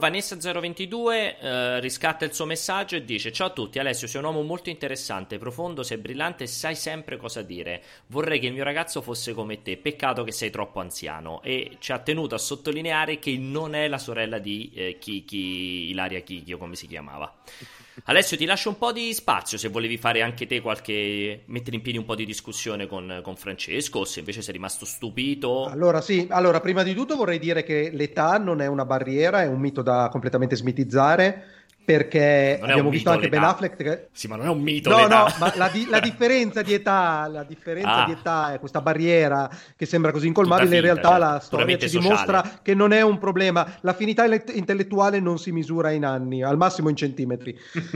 Vanessa022 riscatta il suo messaggio e dice: ciao a tutti, Alessio, sei un uomo molto interessante, profondo, sei brillante e sai sempre cosa dire. Vorrei che il mio ragazzo fosse come te, peccato che sei troppo anziano. E ci ha tenuto a sottolineare che non è la sorella di Kiki, Ilaria Kiki o come si chiamava. Alessio, ti lascio un po' di spazio se volevi fare anche te mettere in piedi un po' di discussione con Francesco, o se invece sei rimasto stupito. Allora, prima di tutto vorrei dire che l'età non è una barriera, è un mito da completamente smitizzare, perché abbiamo visto anche Ben Affleck Sì, ma non è un mito l'età. No, ma la differenza di età, di età è questa barriera che sembra così incolmabile, in realtà la storia ci dimostra che non è un problema. L'affinità intellettuale non si misura in anni, al massimo in centimetri.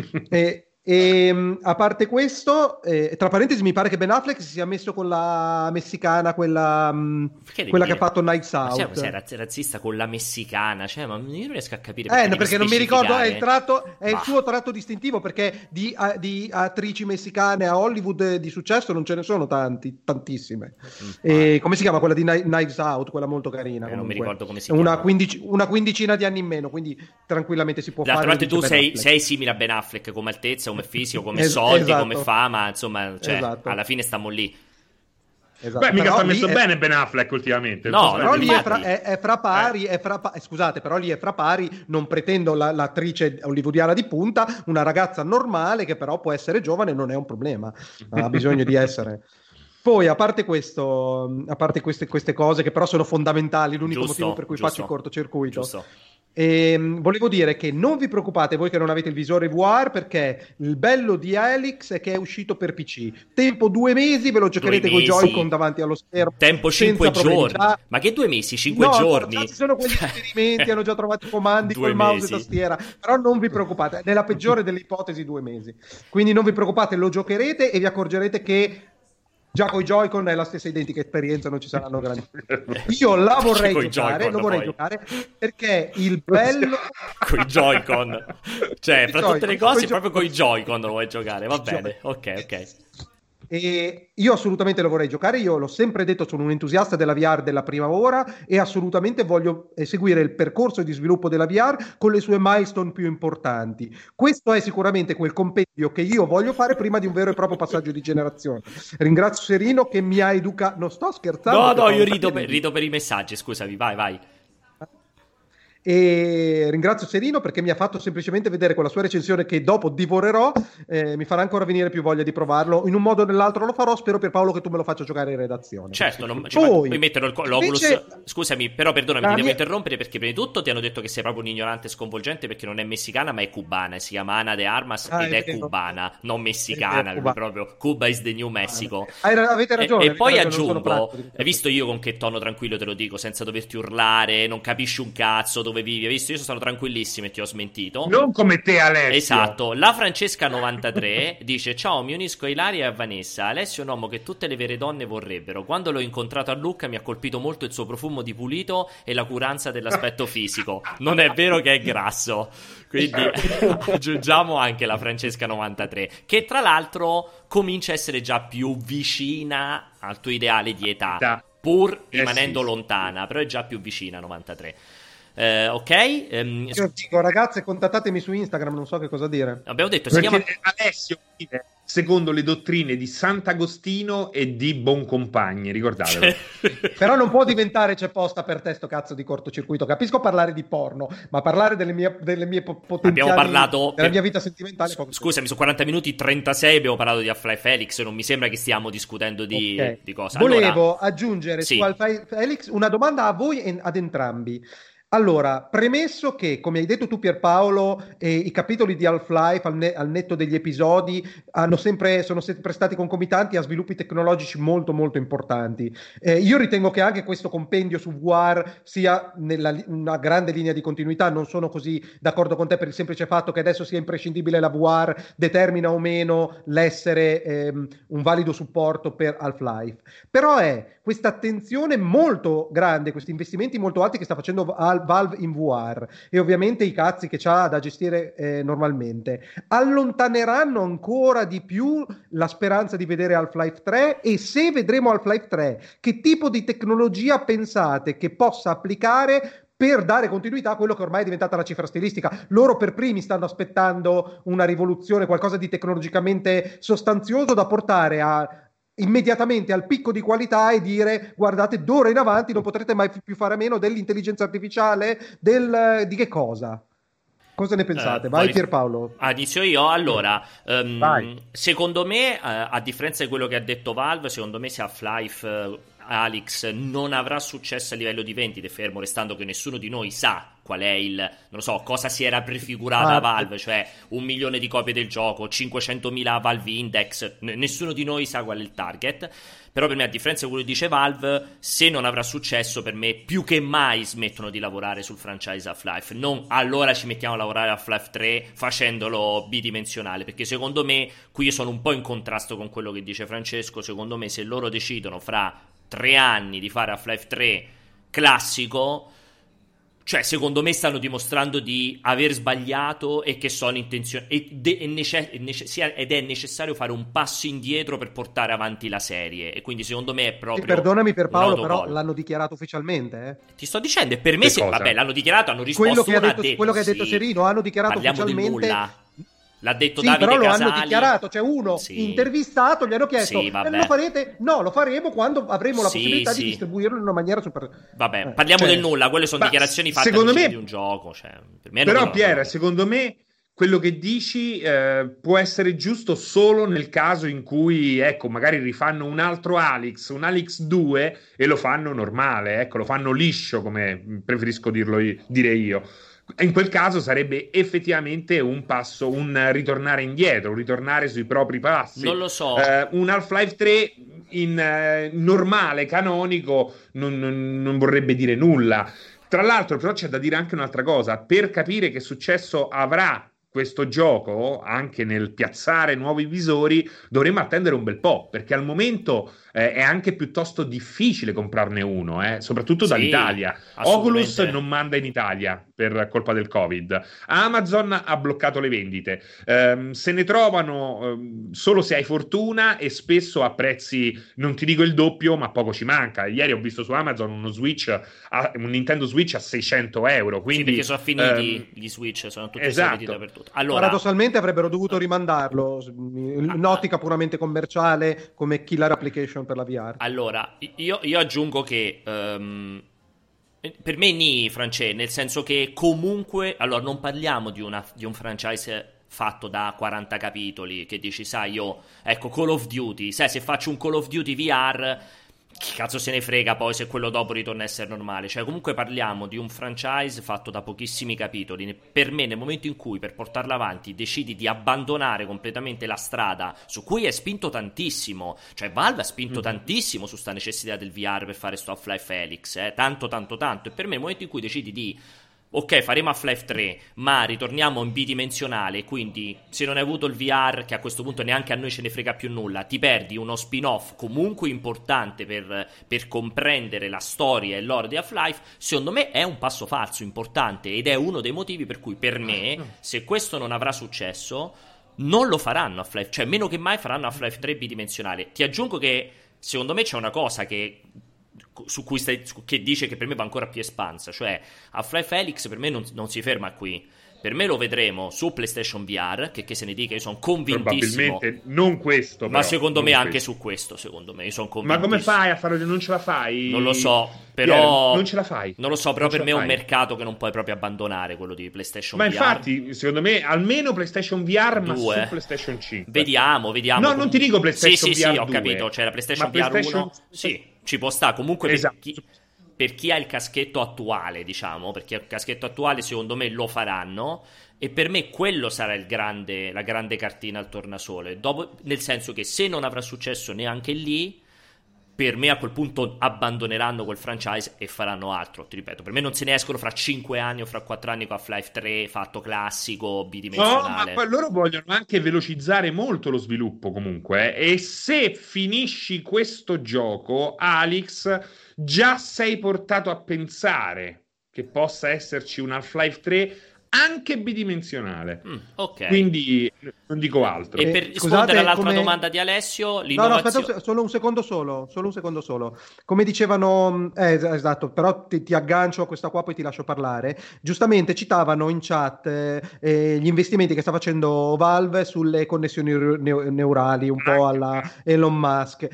E a parte questo, tra parentesi, mi pare che Ben Affleck si sia messo con la messicana, quella che ha fatto Knives Out. Sei razzista con la messicana, cioè, ma io non riesco a capire perché non mi ricordo, è il suo tratto distintivo, perché di attrici messicane a Hollywood di successo non ce ne sono tantissime. Come si chiama quella di Knives Out, quella molto carina? Non mi ricordo come si chiama. Una quindicina di anni in meno, quindi tranquillamente si può fare. D'altro canto tu sei simile a Ben Affleck come altezza, come fisico, come soldi, come fama, insomma, cioè, alla fine stiamo lì. Esatto. Beh, mica sta messo bene Ben Affleck ultimamente. No, però lì è fra pari, scusate, però lì è fra pari, non pretendo l'attrice hollywoodiana di punta, una ragazza normale che però può essere giovane, non è un problema, ha bisogno di essere. Poi, a parte queste cose che però sono fondamentali, l'unico motivo per cui faccio il cortocircuito. Giusto. Volevo dire che non vi preoccupate voi che non avete il visore VR, perché il bello di Alyx è che è uscito per PC. Tempo 2 mesi, ve lo giocherete con i Joy-Con davanti allo schermo. Tempo 5 giorni. Ma che 2 mesi? 5 giorni? No, ci sono quegli esperimenti, hanno già trovato i comandi col mouse e tastiera. Però non vi preoccupate, nella peggiore delle ipotesi 2 mesi. Quindi non vi preoccupate, lo giocherete e vi accorgerete che già con i Joy-Con è la stessa identica esperienza, non ci saranno grandi. Io la vorrei giocare perché il bello con i Joy-Con, cioè fra tutte le cose proprio con i Joy-Con lo vuoi giocare, va bene, ok. E io assolutamente lo vorrei giocare, io l'ho sempre detto, sono un entusiasta della VR della prima ora e assolutamente voglio seguire il percorso di sviluppo della VR con le sue milestone più importanti. Questo è sicuramente quel compendio che io voglio fare prima di un vero e proprio passaggio di generazione. Ringrazio Serino che mi ha educato, non sto scherzando. No, io rido per i messaggi, scusami, vai. E ringrazio Serino perché mi ha fatto semplicemente vedere con la sua recensione, che dopo divorerò, mi farà ancora venire più voglia di provarlo. In un modo o nell'altro lo farò, spero Pierpaolo che tu me lo faccia giocare in redazione. Certo, puoi mettere l'Oculus. Invece, scusami, però perdonami, ti devo interrompere perché prima di tutto ti hanno detto che sei proprio un ignorante sconvolgente, perché non è messicana ma è cubana, si chiama Ana de Armas ed è cubana, non messicana, proprio Cuba is the new Mexico. Avete ragione. E poi aggiungo, hai visto io con che tono tranquillo te lo dico, senza doverti urlare, non capisci un cazzo dove vivi, hai visto? Io sono tranquillissimo e ti ho smentito. Non come te, Alessio. Esatto. La Francesca 93 dice: ciao, mi unisco a Ilaria e a Vanessa. Alessio è un uomo che tutte le vere donne vorrebbero. Quando l'ho incontrato a Lucca mi ha colpito molto il suo profumo di pulito e la curanza dell'aspetto fisico. Non è vero che è grasso. Quindi aggiungiamo anche la Francesca 93, che tra l'altro comincia a essere già più vicina al tuo ideale di età, pur rimanendo lontana, però è già più vicina 93. Ok, io dico, ragazze, contattatemi su Instagram, non so che cosa dire. Abbiamo detto, si chiama Alessio secondo le dottrine di Sant'Agostino e di Boncompagni, ricordatelo. Però non può diventare c'è posta per te sto cazzo di cortocircuito. Capisco parlare di porno, ma parlare delle mie potenziali, abbiamo parlato della mia vita sentimentale. Scusami, su 40 minuti 36 abbiamo parlato di Half-Life Alyx, non mi sembra che stiamo discutendo di cosa. Volevo aggiungere su Half-Life Alyx una domanda a voi e ad entrambi. Allora, premesso che, come hai detto tu Pierpaolo, i capitoli di Half-Life al netto degli episodi sono sempre stati concomitanti a sviluppi tecnologici molto molto importanti. Io ritengo che anche questo compendio su VR sia una grande linea di continuità. Non sono così d'accordo con te per il semplice fatto che adesso sia imprescindibile la VR determina o meno l'essere un valido supporto per Half-Life. Però è questa attenzione molto grande, questi investimenti molto alti che sta facendo Valve in VR e ovviamente i cazzi che c'ha da gestire normalmente allontaneranno ancora di più la speranza di vedere Half-Life 3, e se vedremo Half-Life 3 che tipo di tecnologia pensate che possa applicare per dare continuità a quello che ormai è diventata la cifra stilistica? Loro per primi stanno aspettando una rivoluzione, qualcosa di tecnologicamente sostanzioso da portare immediatamente al picco di qualità e dire: guardate, d'ora in avanti non potrete mai più fare a meno dell'intelligenza artificiale, di che cosa? Cosa ne pensate? Vai Pierpaolo. Inizio io. Allora, secondo me, a differenza di quello che ha detto Valve, secondo me se Half-Life Alyx non avrà successo a livello di vendite, fermo restando che nessuno di noi sa qual è non lo so, cosa si era prefigurata Valve, cioè 1 milione di copie del gioco, 500.000 Valve Index, nessuno di noi sa qual è il target. Però per me, a differenza di quello che dice Valve, se non avrà successo, per me più che mai smettono di lavorare sul franchise Half-Life. Non allora ci mettiamo a lavorare a Half-Life 3 facendolo bidimensionale, perché secondo me qui io sono un po' in contrasto con quello che dice Francesco. Secondo me se loro decidono fra 3 anni di fare Half-Life 3 classico, cioè secondo me stanno dimostrando di aver sbagliato e che sono intenzioni ed è necessario fare un passo indietro per portare avanti la serie, e quindi secondo me è proprio perdonami Pierpaolo, però l'hanno dichiarato ufficialmente, Ti sto dicendo, e per me vabbè, l'hanno dichiarato, hanno risposto quello che ha detto Serino, hanno dichiarato ufficialmente. L'ha detto sì, Davide però lo Casali. hanno dichiarato, cioè uno intervistato gli hanno chiesto lo farete? No, lo faremo quando avremo la possibilità di distribuirlo in una maniera super... Vabbè, parliamo del nulla, quelle sono dichiarazioni fatte di un gioco, cioè, per me però Pier, secondo me quello che dici può essere giusto solo nel caso in cui, ecco, magari rifanno un altro Alyx, un Alyx 2 e lo fanno normale, ecco, lo fanno liscio, come preferisco dire io. In quel caso sarebbe effettivamente un passo, un ritornare indietro, un ritornare sui propri passi. Non lo so. Un Half-Life 3 in normale, canonico, non vorrebbe dire nulla. Tra l'altro, però, c'è da dire anche un'altra cosa. Per capire che successo avrà questo gioco, anche nel piazzare nuovi visori, dovremo attendere un bel po', perché al momento è anche piuttosto difficile comprarne uno, soprattutto dall'Italia. Oculus non manda in Italia per colpa del Covid. Amazon ha bloccato le vendite. Se ne trovano solo se hai fortuna e spesso a prezzi, non ti dico il doppio, ma poco ci manca. Ieri ho visto su Amazon un Nintendo Switch a 600 euro. Quindi, perché sono finiti gli Switch, sono tutti esauriti dappertutto. Allora, paradossalmente avrebbero dovuto rimandarlo in ottica puramente commerciale come killer application per la VR. Allora, io aggiungo che Per me France, nel senso che comunque, allora non parliamo di un franchise fatto da 40 capitoli, che dici, sai, ecco, Call of Duty, sai, se faccio un Call of Duty VR, che cazzo se ne frega poi se quello dopo ritorna a essere normale. Cioè, comunque parliamo di un franchise fatto da pochissimi capitoli. Per me, nel momento in cui per portarla avanti decidi di abbandonare completamente la strada su cui hai spinto tantissimo, cioè Valve ha spinto tantissimo su sta necessità del VR per fare sto Half-Life Alyx, tanto, e per me nel momento in cui decidi di ok, faremo Half-Life 3, ma ritorniamo in bidimensionale, quindi se non hai avuto il VR, che a questo punto neanche a noi ce ne frega più nulla, ti perdi uno spin-off comunque importante per comprendere la storia e l'ore di Half-Life, secondo me è un passo falso importante, ed è uno dei motivi per cui per me, se questo non avrà successo, non lo faranno Half-Life, cioè meno che mai faranno Half-Life 3 bidimensionale. Ti aggiungo che secondo me c'è una cosa che dice che per me va ancora più espansa, cioè Half-Life Alyx per me non si ferma qui. Per me lo vedremo su PlayStation VR, che se ne dica, io sono convintissimo. Probabilmente non questo, ma però, secondo me questo. Anche su questo, secondo me, io sono convintissimo. Ma come fai a farlo? Non ce la fai? Non lo so, però non ce la fai. Non lo so, però per me è un mercato che non puoi proprio abbandonare, quello di PlayStation VR. Ma infatti, secondo me, almeno PlayStation VR, ma su PlayStation 5. Vediamo. No, non ti dico PlayStation VR 2. Sì, ho capito, c'è la PlayStation VR 1. Sì, ci può stare. Comunque esatto. Per chi ha il caschetto attuale, diciamo, perché il caschetto attuale secondo me lo faranno, e per me quello sarà la grande cartina al tornasole. Dopo, nel senso che se non avrà successo neanche lì, per me a quel punto abbandoneranno quel franchise e faranno altro. Ti ripeto, per me non se ne escono fra 5 anni o fra 4 anni con Half-Life 3 fatto classico, bidimensionale. No, ma loro vogliono anche velocizzare molto lo sviluppo comunque, e se finisci questo gioco, Alyx, già sei portato a pensare che possa esserci un Half-Life 3 anche bidimensionale. Ok. Quindi non dico altro. E per rispondere all'altra domanda di Alessio, l'innovazione... No, aspetta solo un secondo solo. Come dicevano, esatto, però ti aggancio a questa qua, poi ti lascio parlare. Giustamente citavano in chat gli investimenti che sta facendo Valve sulle connessioni neurali, un po' alla Elon Musk,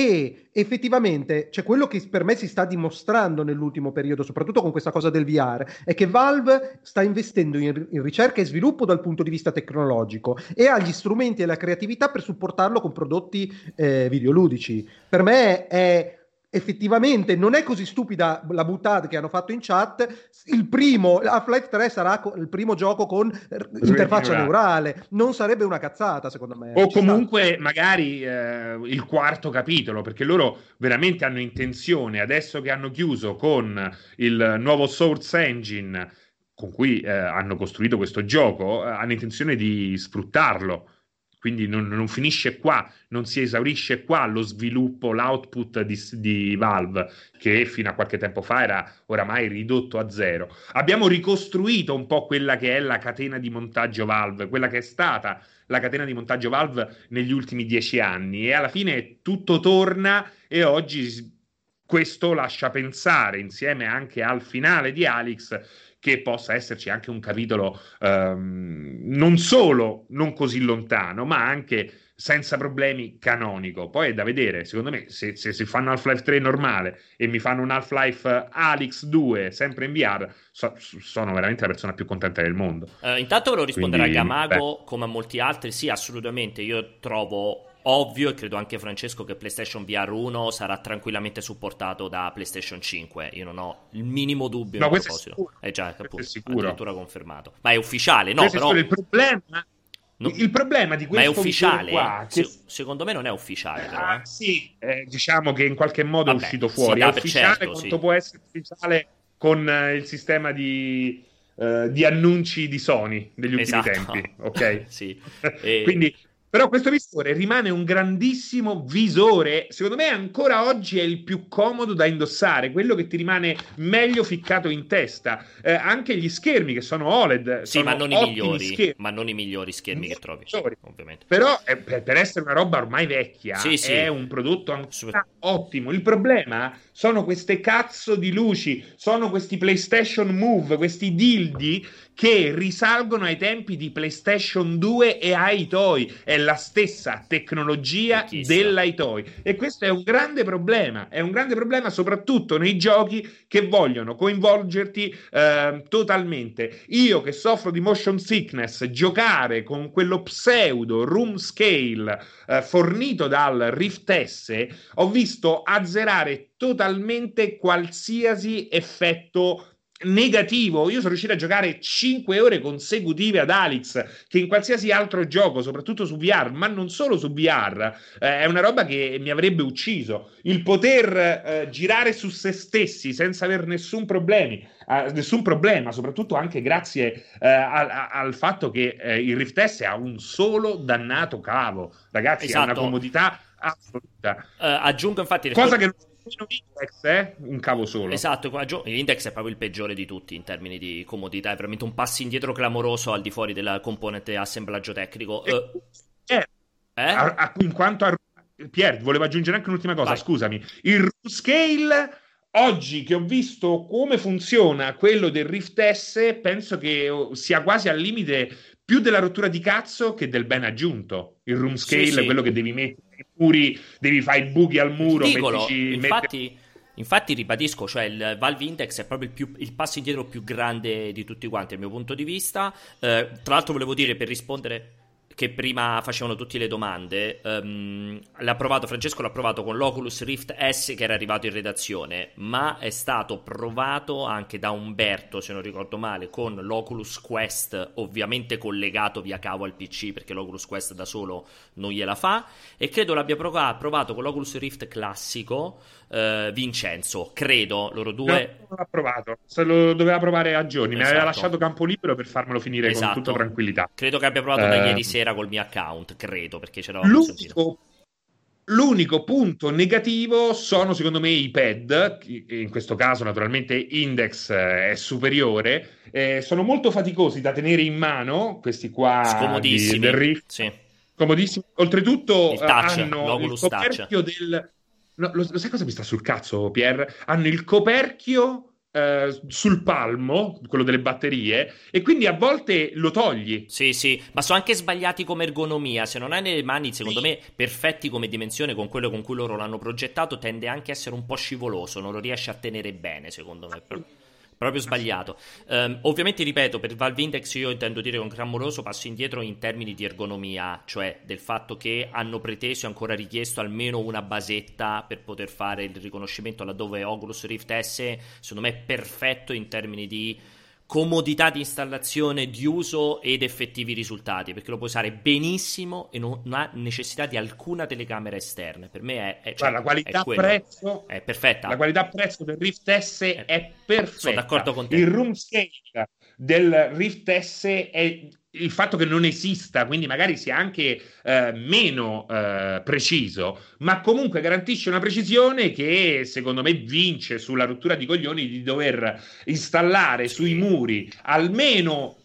e effettivamente c'è quello che per me si sta dimostrando nell'ultimo periodo, soprattutto con questa cosa del VR, è che Valve sta investendo in ricerca e sviluppo dal punto di vista tecnologico e ha gli strumenti e la creatività per supportarlo con prodotti videoludici. Per me è effettivamente, non è così stupida la buttata che hanno fatto in chat. Il primo Half-Life 3 sarà il primo gioco con interfaccia neurale, non sarebbe una cazzata secondo me. O comunque magari il quarto capitolo, perché loro veramente hanno intenzione, adesso che hanno chiuso con il nuovo Source Engine con cui hanno costruito questo gioco, hanno intenzione di sfruttarlo. Quindi non finisce qua, non si esaurisce qua lo sviluppo, l'output di Valve, che fino a qualche tempo fa era oramai ridotto a zero. Abbiamo ricostruito un po' quella che è la catena di montaggio Valve, quella che è stata la catena di montaggio Valve negli ultimi 10 anni, e alla fine tutto torna, e oggi questo lascia pensare, insieme anche al finale di Alyx, che possa esserci anche un capitolo non solo non così lontano, ma anche senza problemi canonico. Poi è da vedere, secondo me, se si fanno Half-Life 3 normale e mi fanno un Half-Life Alyx 2 sempre in VR, sono veramente la persona più contenta del mondo. Intanto volevo rispondere a Gamago, come a molti altri. Sì, assolutamente, io trovo ovvio, e credo anche Francesco, che PlayStation VR 1 sarà tranquillamente supportato da PlayStation 5. Io non ho il minimo dubbio in proposito. È già appunto, addirittura confermato. Ma è ufficiale, no? Però il problema di questo, ma è ufficiale qua, secondo me non è ufficiale, però. Sì, diciamo che in qualche modo è uscito fuori. È ufficiale quanto può essere ufficiale con il sistema di annunci di Sony degli ultimi tempi, ok? Sì. Quindi, però questo visore rimane un grandissimo visore, secondo me ancora oggi è il più comodo da indossare, quello che ti rimane meglio ficcato in testa. Anche gli schermi che sono OLED, sì, sono ma non i migliori schermi che trovi, ovviamente. Però per essere una roba ormai vecchia, è un prodotto ancora ottimo. Il problema sono queste cazzo di luci, sono questi PlayStation Move, questi dildi che risalgono ai tempi di PlayStation 2 e ai toy. È la stessa tecnologia dell'Itoy, e questo è un grande problema soprattutto nei giochi che vogliono coinvolgerti totalmente. Io che soffro di motion sickness, giocare con quello pseudo room scale fornito dal Rift S, ho visto azzerare totalmente qualsiasi effetto negativo. Io sono riuscito a giocare 5 ore consecutive ad Alyx, che in qualsiasi altro gioco, soprattutto su VR, ma non solo su VR, è una roba che mi avrebbe ucciso. Il poter girare su se stessi senza avere nessun problema, soprattutto anche grazie al fatto che il Rift S ha un solo dannato cavo, ragazzi. Esatto. Ha una comodità assoluta. Aggiungo infatti cosa che Index un cavo solo. Esatto, Index è proprio il peggiore di tutti in termini di comodità, è veramente un passo indietro clamoroso al di fuori della componente assemblaggio tecnico. In quanto a Pier, volevo aggiungere anche un'ultima cosa. Vai. Scusami, il room scale oggi che ho visto come funziona quello del Rift S, penso che sia quasi al limite più della rottura di cazzo che del ben aggiunto. Il room scale è quello che devi mettere i muri, devi fare i buchi al muro. Infatti ribadisco, cioè il Valve Index è proprio il passo indietro più grande di tutti quanti dal mio punto di vista. Tra l'altro volevo dire, per rispondere, che prima facevano tutte le domande, Francesco l'ha provato con l'Oculus Rift S che era arrivato in redazione, ma è stato provato anche da Umberto, se non ricordo male, con l'Oculus Quest, ovviamente collegato via cavo al PC, perché l'Oculus Quest da solo non gliela fa, e credo l'abbia provato con l'Oculus Rift classico Vincenzo, credo, loro due. No, non l'ha provato, se lo doveva provare a giorni, mi aveva lasciato campo libero per farmelo finire con tutta tranquillità. Credo che abbia provato da ieri sera col mio account, credo, perché ce l'ho l'unico punto negativo sono secondo me i pad. In questo caso naturalmente Index è superiore, sono molto faticosi da tenere in mano, questi qua scomodissimi del Rift, sì. Comodissimi. Oltretutto il touch, hanno il coperchio del lo sai cosa mi sta sul cazzo, Pier? Hanno il coperchio sul palmo, quello delle batterie, e quindi a volte lo togli. Sì, ma sono anche sbagliati come ergonomia. Se non hai nelle mani, secondo me, perfetti come dimensione con quello con cui loro l'hanno progettato, tende anche a essere un po' scivoloso, non lo riesce a tenere bene, secondo me. Proprio sbagliato. Ovviamente, ripeto, per Valve Index io intendo dire con clamoroso passo indietro in termini di ergonomia, cioè del fatto che hanno preteso e ancora richiesto almeno una basetta per poter fare il riconoscimento, laddove Oculus Rift S secondo me è perfetto in termini di comodità di installazione, di uso ed effettivi risultati, perché lo puoi usare benissimo e non ha necessità di alcuna telecamera esterna. Per me la qualità-prezzo è perfetta. La qualità-prezzo del Rift S è perfetta. Sono d'accordo con te. Il room scale del Rift S è il fatto che non esista, quindi magari sia anche meno preciso, ma comunque garantisce una precisione che secondo me vince sulla rottura di coglioni di dover installare sui muri almeno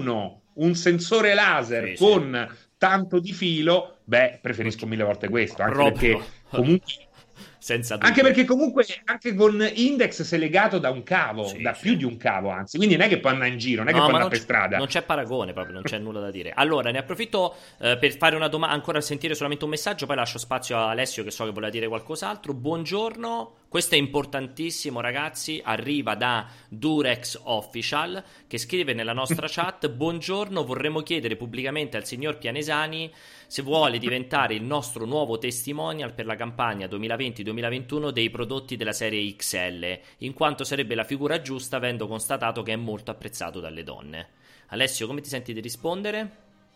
un sensore laser con tanto di filo. Preferisco 1000 volte questo, anche perché comunque senza dubbio. Anche perché comunque anche con Index sei legato da un cavo, più di un cavo, anzi, quindi non è che può andare in giro, non è che può andare per strada. Non c'è paragone proprio, non c'è nulla da dire. Allora, ne approfitto per fare una domanda, ancora sentire solamente un messaggio, poi lascio spazio a Alessio che so che voleva dire qualcos'altro. Buongiorno, questo è importantissimo ragazzi, arriva da Durex Official che scrive nella nostra chat: buongiorno, vorremmo chiedere pubblicamente al signor Pianesani se vuole diventare il nostro nuovo testimonial per la campagna 2020-2021 dei prodotti della serie XL, in quanto sarebbe la figura giusta avendo constatato che è molto apprezzato dalle donne. Alessio, come ti senti di rispondere?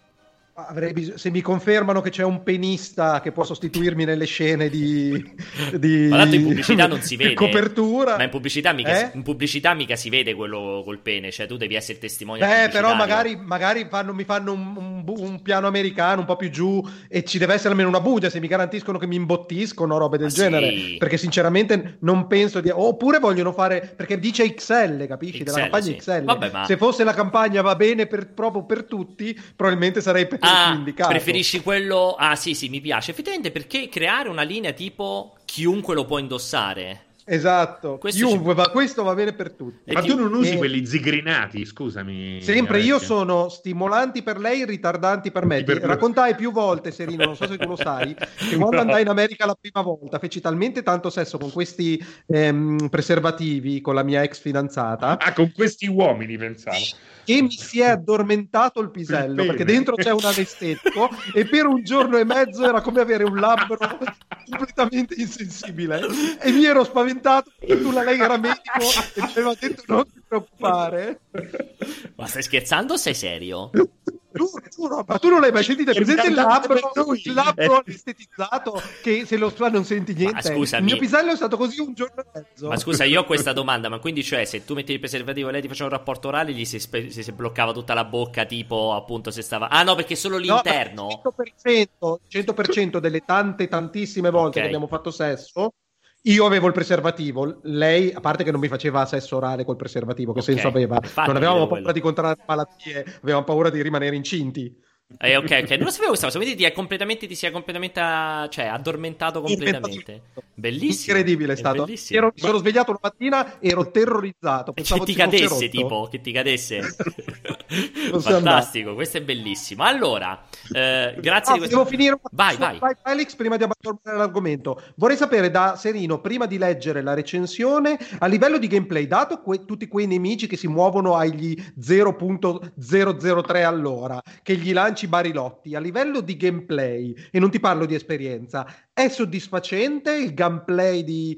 Se mi confermano che c'è un penista che può sostituirmi nelle scene di ma tanto in pubblicità non si vede copertura, ma in pubblicità mica si vede quello col pene, cioè tu devi essere testimone. Però magari mi fanno un piano americano un po' più giù e ci deve essere almeno una bugia, se mi garantiscono che mi imbottiscono, robe del genere, perché sinceramente non penso di... Oppure vogliono fare, perché dice XL, capisci? XL, della campagna XL. Vabbè, se fosse la campagna va bene proprio per tutti, probabilmente sarei indicato. Preferisci quello? Sì, mi piace effettivamente, perché creare una linea tipo chiunque lo può indossare, Esatto, ma questo va bene per tutti. Ma tu non usi quelli zigrinati, scusami. Sempre, io sono stimolanti per lei, ritardanti per me. Raccontai più volte, Serino, non so se tu lo sai, che quando andai in America la prima volta feci talmente tanto sesso con questi preservativi con la mia ex fidanzata. Ah, con questi uomini, pensavo. E mi si è addormentato il pisello, perché dentro c'è un anestettico e per un giorno e mezzo era come avere un labbro completamente insensibile e mi ero spaventato perché lei era medico e mi aveva detto non ti preoccupare. Ma stai scherzando o sei serio? Giuro, ma tu non l'hai mai sentito? È presente il labbro anestetizzato che se lo fa non senti niente. Scusami. Il mio pisello è stato così un giorno e mezzo. Ma scusa, io ho questa domanda, ma quindi cioè se tu mettevi il preservativo e lei ti faceva un rapporto orale gli si bloccava tutta la bocca, tipo appunto se stava... Ah no, perché solo l'interno? No, 100% delle tantissime volte che abbiamo fatto sesso io avevo il preservativo, lei, a parte che non mi faceva sesso orale col preservativo, che senso aveva? Infatti, non avevamo paura di contrarre malattie, avevamo paura di rimanere incinti. Ok, non lo sapevo questa cosa, quindi ti sia completamente cioè addormentato completamente. Bellissimo. Incredibile è stato. Mi sono svegliato una mattina, ero terrorizzato. Che ti cadesse, tipo, che ti cadesse. Fantastico, questo è bellissimo. Allora, grazie di questo. Devo finire vai. Felix, prima di abbandonare l'argomento. Vorrei sapere da Serino, prima di leggere la recensione, a livello di gameplay, dato tutti quei nemici che si muovono agli 0.003 all'ora, che gli lanci barilotti, a livello di gameplay, e non ti parlo di esperienza, è soddisfacente il gameplay di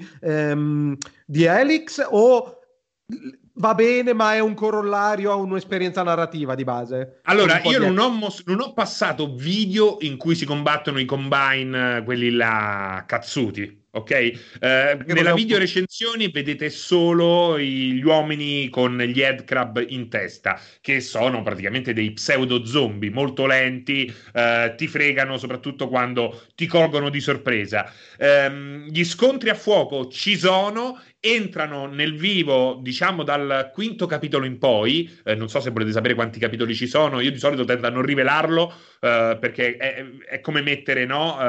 Helix o va bene ma è un corollario a un'esperienza narrativa di base? Allora, io non ho passato video in cui si combattono i combine, quelli là cazzuti. Ok, nella video recensioni vedete solo gli uomini con gli headcrab in testa, che sono praticamente dei pseudo zombie molto lenti, ti fregano soprattutto quando ti colgono di sorpresa. Gli scontri a fuoco ci sono, entrano nel vivo, diciamo, dal quinto capitolo in poi. Non so se volete sapere quanti capitoli ci sono, io di solito tendo a non rivelarlo, perché è come mettere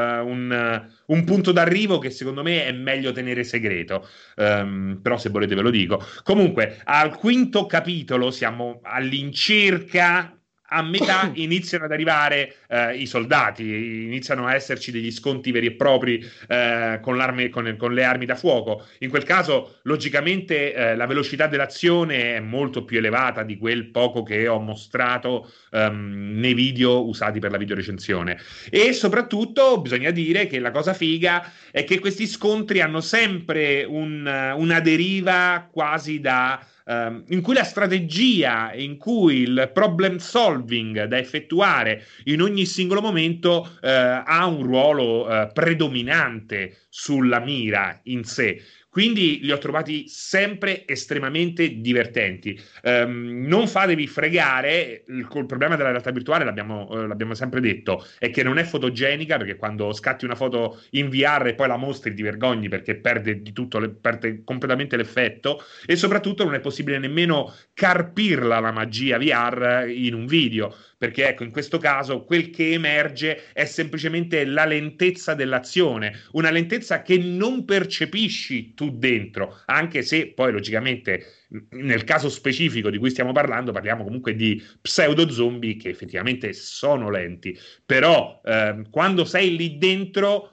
un punto d'arrivo che secondo me è meglio tenere segreto, però se volete ve lo dico. Comunque al quinto capitolo siamo all'incirca a metà, iniziano ad arrivare i soldati, iniziano a esserci degli sconti veri e propri con le armi da fuoco. In quel caso logicamente la velocità dell'azione è molto più elevata di quel poco che ho mostrato nei video usati per la videorecensione. E soprattutto bisogna dire che la cosa figa è che questi scontri hanno sempre una deriva quasi in cui la strategia, in cui il problem solving da effettuare in ogni singolo momento ha un ruolo predominante sulla mira in sé. Quindi li ho trovati sempre estremamente divertenti. Non fatevi fregare, il problema della realtà virtuale, l'abbiamo sempre detto, è che non è fotogenica, perché quando scatti una foto in VR e poi la mostri ti vergogni perché perde completamente l'effetto, e soprattutto non è possibile nemmeno carpirla la magia VR in un video, perché ecco, in questo caso quel che emerge è semplicemente la lentezza dell'azione, una lentezza che non percepisci tu dentro, anche se poi logicamente nel caso specifico di cui stiamo parlando parliamo comunque di pseudo zombie che effettivamente sono lenti, però quando sei lì dentro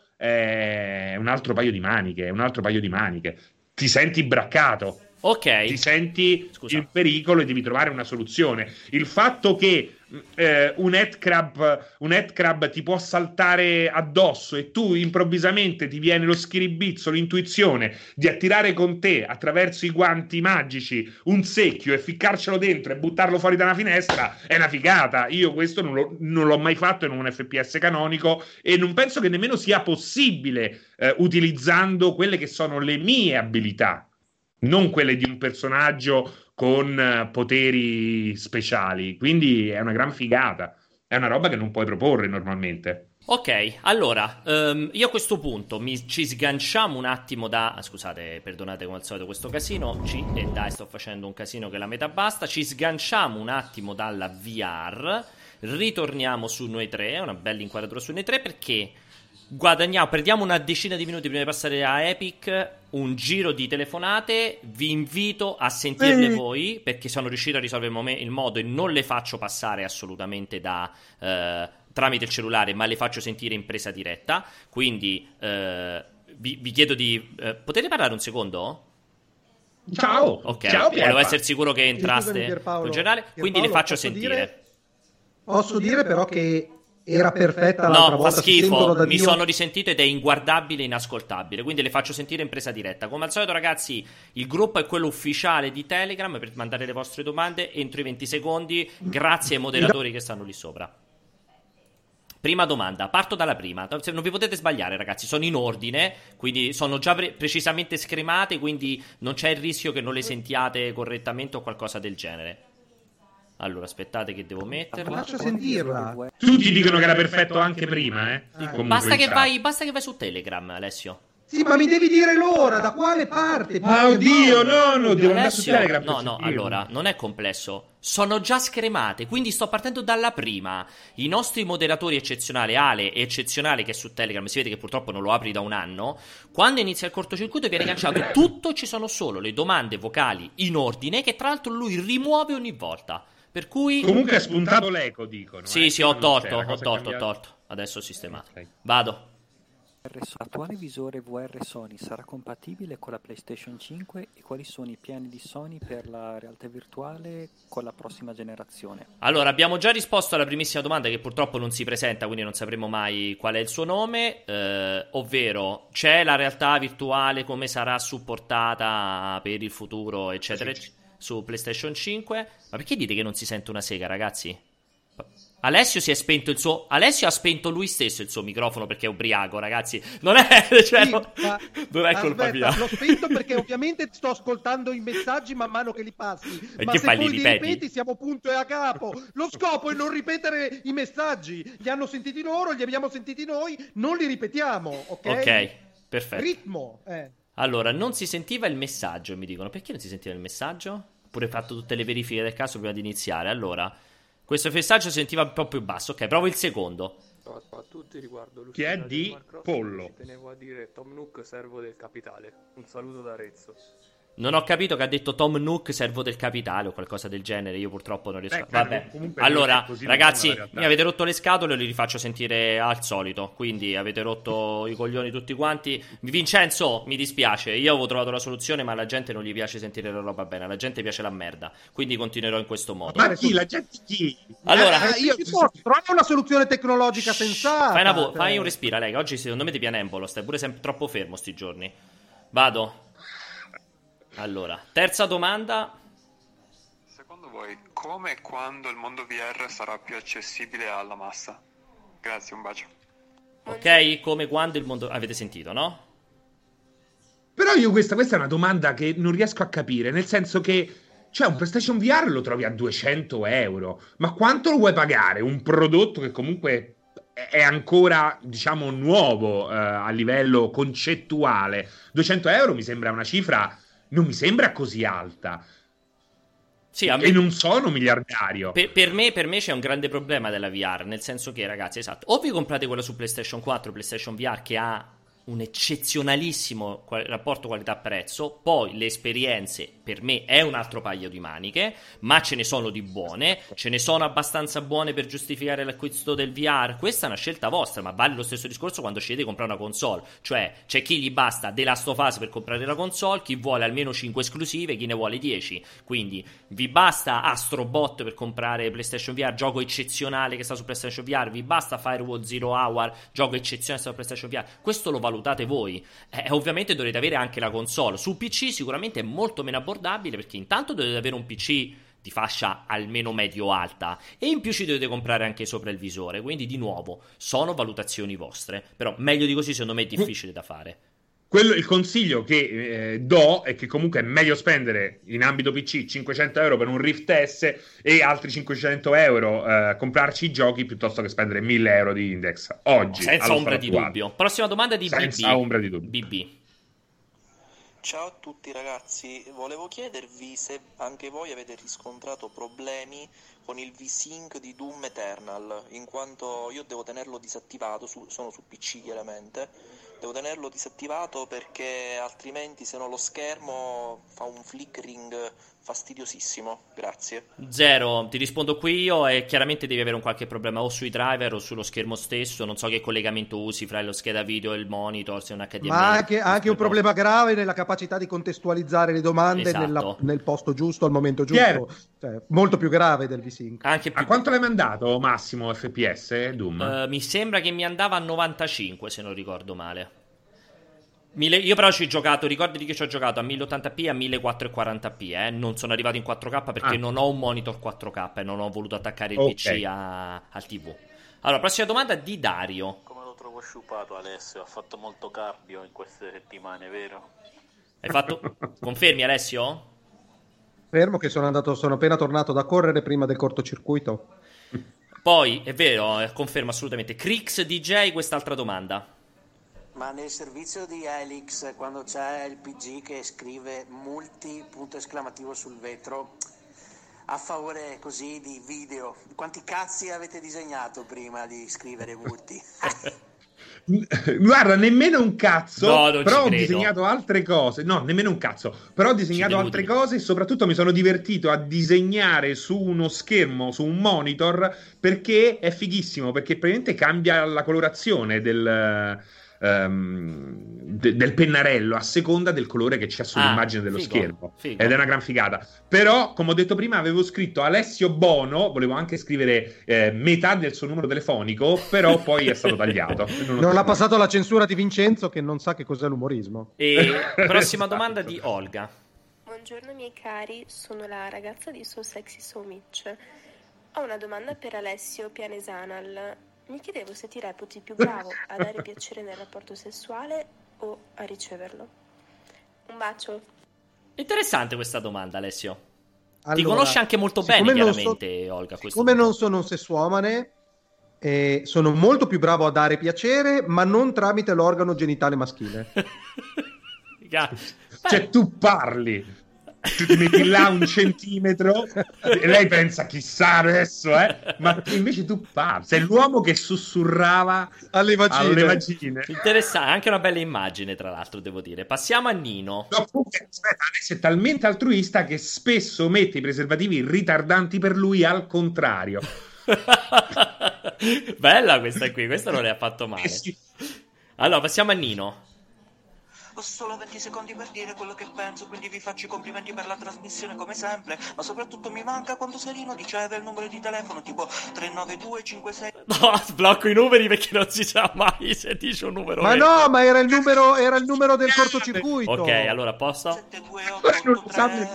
è un altro paio di maniche, ti senti braccato. Ok. Ti senti in pericolo e devi trovare una soluzione. Il fatto che un headcrab ti può saltare addosso e tu improvvisamente ti viene lo schiribizzo, l'intuizione di attirare con te attraverso i guanti magici un secchio e ficcarcelo dentro e buttarlo fuori da una finestra è una figata. Io questo non l'ho mai fatto in un FPS canonico e non penso che nemmeno sia possibile utilizzando quelle che sono le mie abilità, non quelle di un personaggio con poteri speciali. Quindi è una gran figata, è una roba che non puoi proporre normalmente. Ok, allora, io a questo punto ci sganciamo un attimo scusate, perdonate come al solito questo casino, sto facendo un casino che la metà basta, ci sganciamo un attimo dalla VR, ritorniamo su noi tre, una bella inquadratura su noi tre, perché perdiamo una decina di minuti prima di passare a Epic, un giro di telefonate, vi invito a sentirle voi, perché sono riuscito a risolvere il modo e non le faccio passare assolutamente tramite il cellulare, ma le faccio sentire in presa diretta, quindi vi chiedo di... potete parlare un secondo? Ciao! Ok, ciao, volevo essere sicuro che entraste con generale, quindi le faccio sentire. Posso dire però che era perfetta no, l'altra volta. Fa schifo, mi sono risentito ed è inguardabile e inascoltabile, quindi le faccio sentire in presa diretta. Come al solito, ragazzi, il gruppo è quello ufficiale di Telegram per mandare le vostre domande entro i 20 secondi, grazie ai moderatori che stanno lì sopra. Prima domanda, parto dalla prima. Non vi potete sbagliare, ragazzi, sono in ordine, quindi sono già precisamente schermate, quindi non c'è il rischio che non le sentiate correttamente o qualcosa del genere. Allora, aspettate che devo metterla. Faccio sentirla. Tutti dicono che era perfetto anche prima, Basta che vai su Telegram, Alessio. Sì, ma mi devi dire l'ora, da quale parte? Oddio, no, devo andare su Alessio, Telegram. No, allora, non è complesso. Sono già schermate, quindi sto partendo dalla prima. I nostri moderatori eccezionali, Ale è eccezionale che è su Telegram, si vede che purtroppo non lo apri da un anno. Quando inizia il cortocircuito viene cancellato tutto, ci sono solo le domande vocali in ordine che tra l'altro lui rimuove ogni volta. Per cui... Comunque è spuntato l'eco, dicono. Sì, ho tolto. Adesso ho sistemato. Okay. Vado. L'attuale visore VR Sony sarà compatibile con la PlayStation 5 e quali sono i piani di Sony per la realtà virtuale con la prossima generazione? Allora, abbiamo già risposto alla primissima domanda che purtroppo non si presenta, quindi non sapremo mai qual è il suo nome, ovvero c'è la realtà virtuale, come sarà supportata per il futuro, eccetera, su PlayStation 5. Ma perché dite che non si sente una sega, ragazzi? Alessio si è spento Alessio ha spento lui stesso il suo microfono perché è ubriaco, ragazzi. Non è... Cioè, non è colpa mia. L'ho spento perché ovviamente sto ascoltando i messaggi man mano che li passi. E ma che se fai, poi li ripeti siamo punto e a capo. Lo scopo è non ripetere i messaggi. Li hanno sentiti loro, li abbiamo sentiti noi, non li ripetiamo, ok? Ok, perfetto. Ritmo, Allora, non si sentiva il messaggio, mi dicono. Perché non si sentiva il messaggio? Pure fatto tutte le verifiche del caso prima di iniziare. Allora... Questo messaggio si sentiva un po' più basso. Ok, provo il secondo. Ciao a tutti riguardo chi è di Pollo. Ci tenevo a dire Tom Nook, servo del capitale. Un saluto da Arezzo. Non ho capito che ha detto Tom Nook, servo del capitale o qualcosa del genere. Io purtroppo non riesco. Vabbè, allora, ragazzi, mi avete rotto le scatole e li rifaccio sentire al solito. Quindi avete rotto i coglioni tutti quanti. Vincenzo, mi dispiace. Io avevo trovato la soluzione, ma alla gente non gli piace sentire la roba bene. Alla gente piace la merda. Quindi continuerò in questo modo. Ma chi? La gente chi? Allora, io trovo una soluzione tecnologica sensata. Fai un respiro, Lega. Oggi secondo me ti piace embolo. Stai pure sempre troppo fermo sti giorni. Vado. Allora, terza domanda. Secondo voi, come e quando il mondo VR sarà più accessibile alla massa? Grazie, un bacio. Ok, come quando il mondo... Avete sentito, no? Però io questa è una domanda che non riesco a capire, nel senso che cioè un PlayStation VR lo trovi a 200 euro, ma quanto lo vuoi pagare? Un prodotto che comunque è ancora, diciamo, nuovo a livello concettuale. 200 euro mi sembra una cifra... Non mi sembra così alta. Sì, e non sono miliardario. Per me c'è un grande problema della VR, nel senso che, ragazzi, esatto, o vi comprate quella su PlayStation 4, PlayStation VR, che ha un eccezionalissimo rapporto qualità-prezzo, poi le esperienze per me è un altro paio di maniche, ma ce ne sono di buone, ce ne sono abbastanza buone per giustificare l'acquisto del VR. Questa è una scelta vostra, ma vale lo stesso discorso quando scegliete di comprare una console, cioè c'è chi gli basta The Last of Us per comprare la console, chi vuole almeno 5 esclusive, chi ne vuole 10, quindi vi basta Astro Bot per comprare PlayStation VR, gioco eccezionale che sta su PlayStation VR, vi basta Firewall Zero Hour, gioco eccezionale che sta su PlayStation VR, questo lo valutate voi. Ovviamente dovrete avere anche la console. Su PC sicuramente è molto meno abbordabile, perché intanto dovete avere un PC di fascia almeno medio-alta e in più ci dovete comprare anche sopra il visore, quindi di nuovo sono valutazioni vostre, però meglio di così secondo me è difficile da fare. Il consiglio che do è che comunque è meglio spendere in ambito PC 500 euro per un Rift S e altri 500 euro comprarci i giochi piuttosto che spendere 1000 euro di Index oggi. Senza ombra di dubbio. Prossima domanda di Senza ombra di dubbio. BB. Ciao a tutti ragazzi, volevo chiedervi se anche voi avete riscontrato problemi con il V-Sync di Doom Eternal, in quanto io devo tenerlo disattivato, sono su PC chiaramente, devo tenerlo disattivato perché altrimenti se no lo schermo fa un flickering fastidiosissimo. Grazie. Zero, ti rispondo qui io e chiaramente devi avere un qualche problema o sui driver o sullo schermo stesso, non so che collegamento usi fra lo scheda video e il monitor, se è un HDMI. Ma anche un problema grave nella capacità di contestualizzare le domande Esatto. nel posto giusto al momento giusto. Cioè, molto più grave del V-Sync. Anche più... A quanto l'hai mandato massimo FPS, Doom? mi sembra che mi andava a 95 se non ricordo male. Io però ci ho giocato, ricordati che ci ho giocato a 1080p e a 1440p, non sono arrivato in 4K perché non ho un monitor 4K e non ho voluto attaccare il PC al TV. Allora, prossima domanda di Dario. Come lo trovo sciupato Alessio? Ha fatto molto cardio in queste settimane, vero? Hai fatto? Confermi Alessio? Fermo che sono appena tornato da correre prima del cortocircuito. Poi, è vero, confermo assolutamente. Crix DJ, quest'altra domanda. Ma nel servizio di Helix, quando c'è il PG che scrive multi, punto esclamativo sul vetro, a favore così di video, quanti cazzi avete disegnato prima di scrivere multi? Guarda, nemmeno un cazzo, no, però ho disegnato altre cose. No, nemmeno un cazzo, però ho disegnato altre cose e soprattutto mi sono divertito a disegnare su uno schermo, su un monitor, perché è fighissimo, perché praticamente cambia la colorazione del pennarello a seconda del colore che c'è sull'immagine dello schermo. Ed è una gran figata. Però, come ho detto prima, avevo scritto Alessio Bono, volevo anche scrivere metà del suo numero telefonico, però poi è stato tagliato. Non ha passato la censura di Vincenzo, che non sa che cos'è l'umorismo. E prossima domanda di Olga. Buongiorno miei cari, sono la ragazza di So Sexy So Mitch. Ho una domanda per Alessio Pianesanal. Mi chiedevo se ti reputi più bravo a dare piacere nel rapporto sessuale o a riceverlo. Un bacio. Interessante questa domanda, Alessio. Allora, ti conosce anche molto bene, chiaramente, Olga. Siccome non sono un sessuomane, sono molto più bravo a dare piacere, ma non tramite l'organo genitale maschile. Cioè, tu parli, tu ti metti là 1 centimetro e lei pensa chissà adesso, ma invece tu parli, sei l'uomo che sussurrava alle vagine. Interessante, anche una bella immagine, tra l'altro, devo dire. Passiamo a Nino. No, aspetta, Alessio è talmente altruista che spesso mette i preservativi ritardanti per lui al contrario. Bella questa qui, questa non le ha fatto male. Sì. Allora, passiamo a Nino. Ho solo 20 secondi per dire quello che penso, quindi vi faccio i complimenti per la trasmissione come sempre, ma soprattutto mi manca quando Serino diceva il numero di telefono tipo 39256. No, sblocco i numeri perché non si sa mai se dice un numero. Ma no, ma era il numero del cortocircuito. Ok, allora posso? 72883.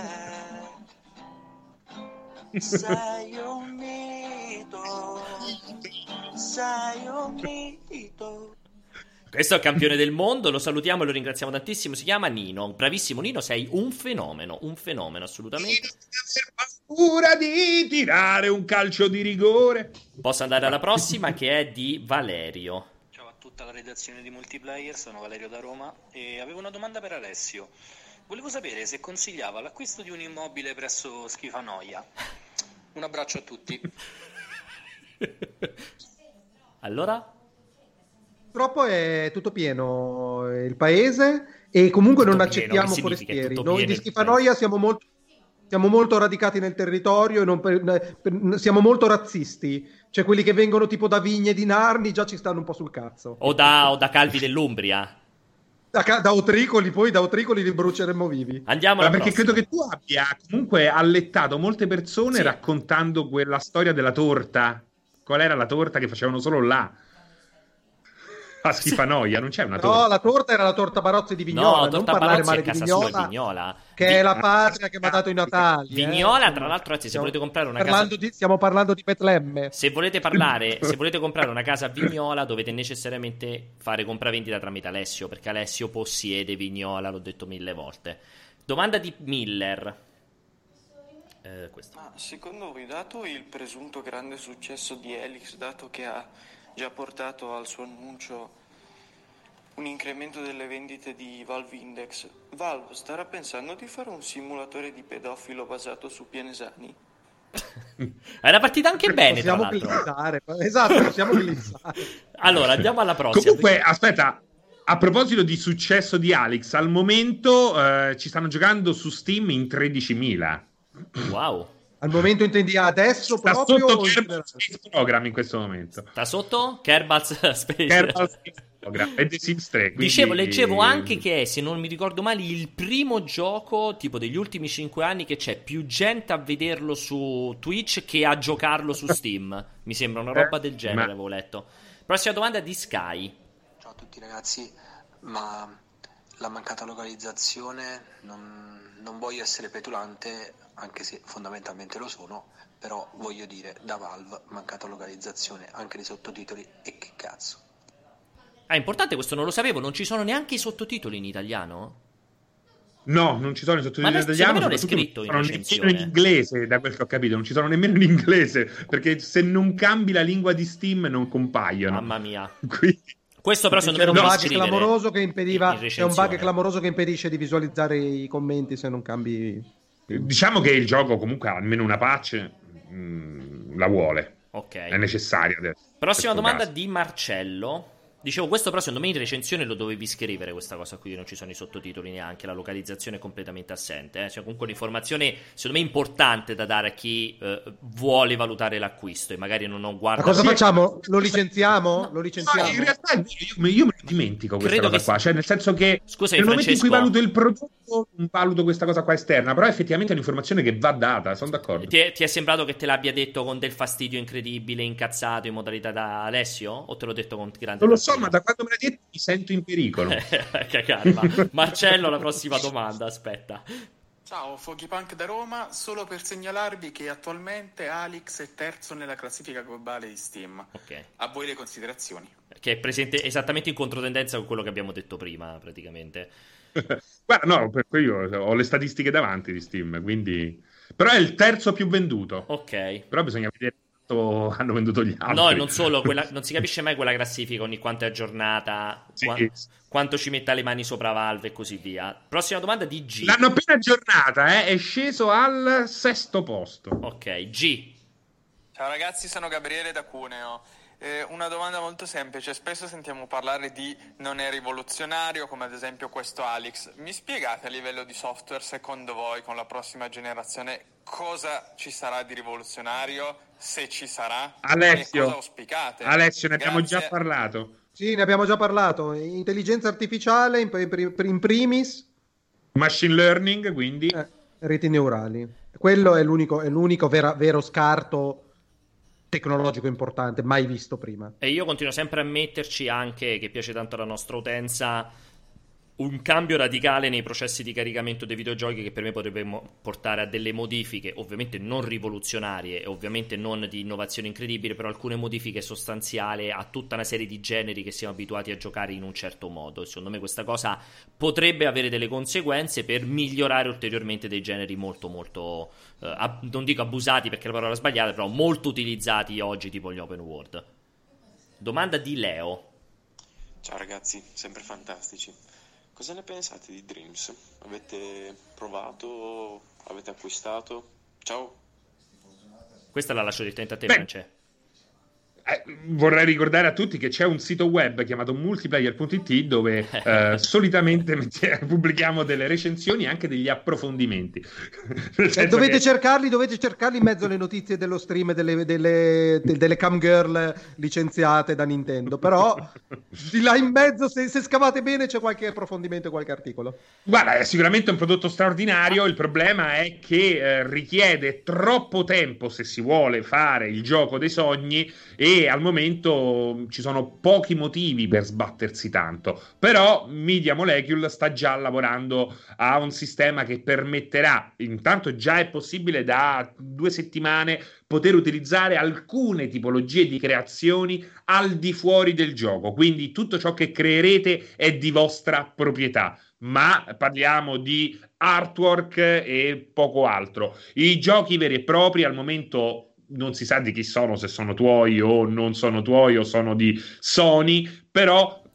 Sei un mito. Sei un mito. Questo è il campione del mondo, lo salutiamo e lo ringraziamo tantissimo, si chiama Nino. Bravissimo Nino, sei un fenomeno assolutamente. Paura di tirare un calcio di rigore. Posso andare alla prossima che è di Valerio. Ciao a tutta la redazione di Multiplayer, sono Valerio da Roma e avevo una domanda per Alessio. Volevo sapere se consigliava l'acquisto di un immobile presso Schifanoia. Un abbraccio a tutti. Allora? Purtroppo è tutto pieno il paese e comunque non accettiamo forestieri. Noi di Schifanoia siamo molto radicati nel territorio e siamo molto razzisti. Cioè quelli che vengono tipo da Vigne di Narni già ci stanno un po' sul cazzo. O da Calvi dell'Umbria. Da Otricoli, poi da Otricoli li bruceremmo vivi. Andiamo alla perché prossima. credo che tu abbia comunque allettato molte persone raccontando quella storia della torta. Qual era la torta che facevano solo là? A Schifanoia, non c'è una torta. No, la torta era la torta Barozzi di Vignola. No, non torta parlare Barozzi male è di casa Vignola, sua, Vignola. che è la patria che mi ha dato i Natali. Vignola, tra l'altro, ragazzi, se volete comprare una casa... Stiamo parlando di Betlemme. Se volete comprare una casa a Vignola, dovete necessariamente fare compravendita tramite Alessio, perché Alessio possiede Vignola, l'ho detto 1000 volte. Domanda di Miller. Ma secondo voi, dato il presunto grande successo di Helix, dato che ha già portato al suo annuncio un incremento delle vendite di Valve Index, Valve starà pensando di fare un simulatore di pedofilo basato su Pianesani? Era partita anche bene, possiamo tra l'altro. glissare. Esatto, possiamo glissare. Allora, andiamo alla prossima. Comunque, aspetta, a proposito di successo di Alyx, al momento ci stanno giocando su Steam in 13.000. Wow. Al momento intendi adesso sta proprio? Sotto Kerbal Space Program in questo momento. Sta sotto Kerbal's Space Program e The Sims 3. Quindi... Leggevo anche che, se non mi ricordo male, il primo gioco tipo degli ultimi 5 anni che c'è più gente a vederlo su Twitch che a giocarlo su Steam. Mi sembra una roba del genere, avevo letto. Prossima domanda di Sky. Ciao a tutti ragazzi, ma la mancata localizzazione, non voglio essere petulante, anche se fondamentalmente lo sono, però voglio dire, da Valve, mancata localizzazione anche dei sottotitoli, e che cazzo. Ah, importante, questo non lo sapevo, non ci sono neanche i sottotitoli in italiano? No, non ci sono i sottotitoli in italiano, non è scritto in recensione. In inglese, da quel che ho capito, non ci sono nemmeno in inglese, perché se non cambi la lingua di Steam non compaiono. Mamma mia. Quindi... Questo però secondo me c'è lo un devi bug clamoroso che impediva, in c'è un bug clamoroso che impedisce di visualizzare i commenti se non cambi. Diciamo che il gioco comunque almeno una patch la vuole. Ok. È necessaria adesso. Prossima domanda di Marcello. Dicevo, questo però secondo me in recensione lo dovevi scrivere, questa cosa qui, non ci sono i sottotitoli neanche, la localizzazione è completamente assente, Cioè comunque un'informazione secondo me importante da dare a chi vuole valutare l'acquisto e magari non guarda... Ma cosa facciamo? Lo licenziamo? No. Lo licenziamo? No, in realtà io me lo dimentico questa cosa qua, cioè nel senso che Scusami, nel momento in cui Francesco, valuto il prodotto non valuto questa cosa qua esterna, però effettivamente è un'informazione che va data, sono d'accordo. Ti è sembrato che te l'abbia detto con del fastidio incredibile, incazzato in modalità da Alessio? O te l'ho detto con grande... Non lo so, ma da quando me l'hai detto mi sento in pericolo. Che calma. Marcello, la prossima domanda, aspetta. Ciao, Foggypunk da Roma, solo per segnalarvi che attualmente Alyx è terzo nella classifica globale di Steam. Ok. A voi le considerazioni. Che è presente esattamente in controtendenza con quello che abbiamo detto prima, praticamente. Guarda, no, perché io ho le statistiche davanti di Steam, quindi... Però è il terzo più venduto. Ok. Però bisogna vedere quanto hanno venduto gli altri. No, e non solo, non si capisce mai quella classifica, ogni quanto è aggiornata, sì. Quanto ci metta le mani sopra Valve e così via. Prossima domanda di G. L'hanno appena aggiornata, è sceso al 6° posto. Ok, G. Ciao ragazzi, sono Gabriele da Cuneo. Una domanda molto semplice, spesso sentiamo parlare di non è rivoluzionario, come ad esempio questo Alyx. Mi spiegate a livello di software, secondo voi, con la prossima generazione, cosa ci sarà di rivoluzionario, se ci sarà? Alessio, e cosa auspicate? Alessio, ne abbiamo già parlato. Sì, ne abbiamo già parlato. Intelligenza artificiale in primis. Machine learning, quindi. Reti neurali. Quello è l'unico vero scarto tecnologico importante mai visto prima. E io continuo sempre a metterci anche, che piace tanto alla nostra utenza, un cambio radicale nei processi di caricamento dei videogiochi che per me potrebbe portare a delle modifiche, ovviamente non rivoluzionarie e ovviamente non di innovazione incredibile, però alcune modifiche sostanziali a tutta una serie di generi che siamo abituati a giocare in un certo modo. Secondo me questa cosa potrebbe avere delle conseguenze per migliorare ulteriormente dei generi molto molto non dico abusati perché è la parola sbagliata, però molto utilizzati oggi, tipo gli open world. Domanda di Leo. Ciao ragazzi, sempre fantastici. Cosa ne pensate di Dreams? Avete provato? Avete acquistato? Ciao. Questa la lascio direttamente a te, Francesco. Vorrei ricordare a tutti che c'è un sito web chiamato multiplayer.it dove solitamente pubblichiamo delle recensioni e anche degli approfondimenti. Dovete cercarli in mezzo alle notizie dello stream delle cam girl licenziate da Nintendo, però di là in mezzo se scavate bene c'è qualche approfondimento e qualche articolo. Guarda, è sicuramente un prodotto straordinario, il problema è che richiede troppo tempo se si vuole fare il gioco dei sogni e al momento ci sono pochi motivi per sbattersi tanto, però Media Molecule sta già lavorando a un sistema che permetterà, intanto già è possibile da 2 settimane poter utilizzare alcune tipologie di creazioni al di fuori del gioco, quindi tutto ciò che creerete è di vostra proprietà, ma parliamo di artwork e poco altro. I giochi veri e propri al momento non si sa di chi sono, se sono tuoi o non sono tuoi o sono di Sony, però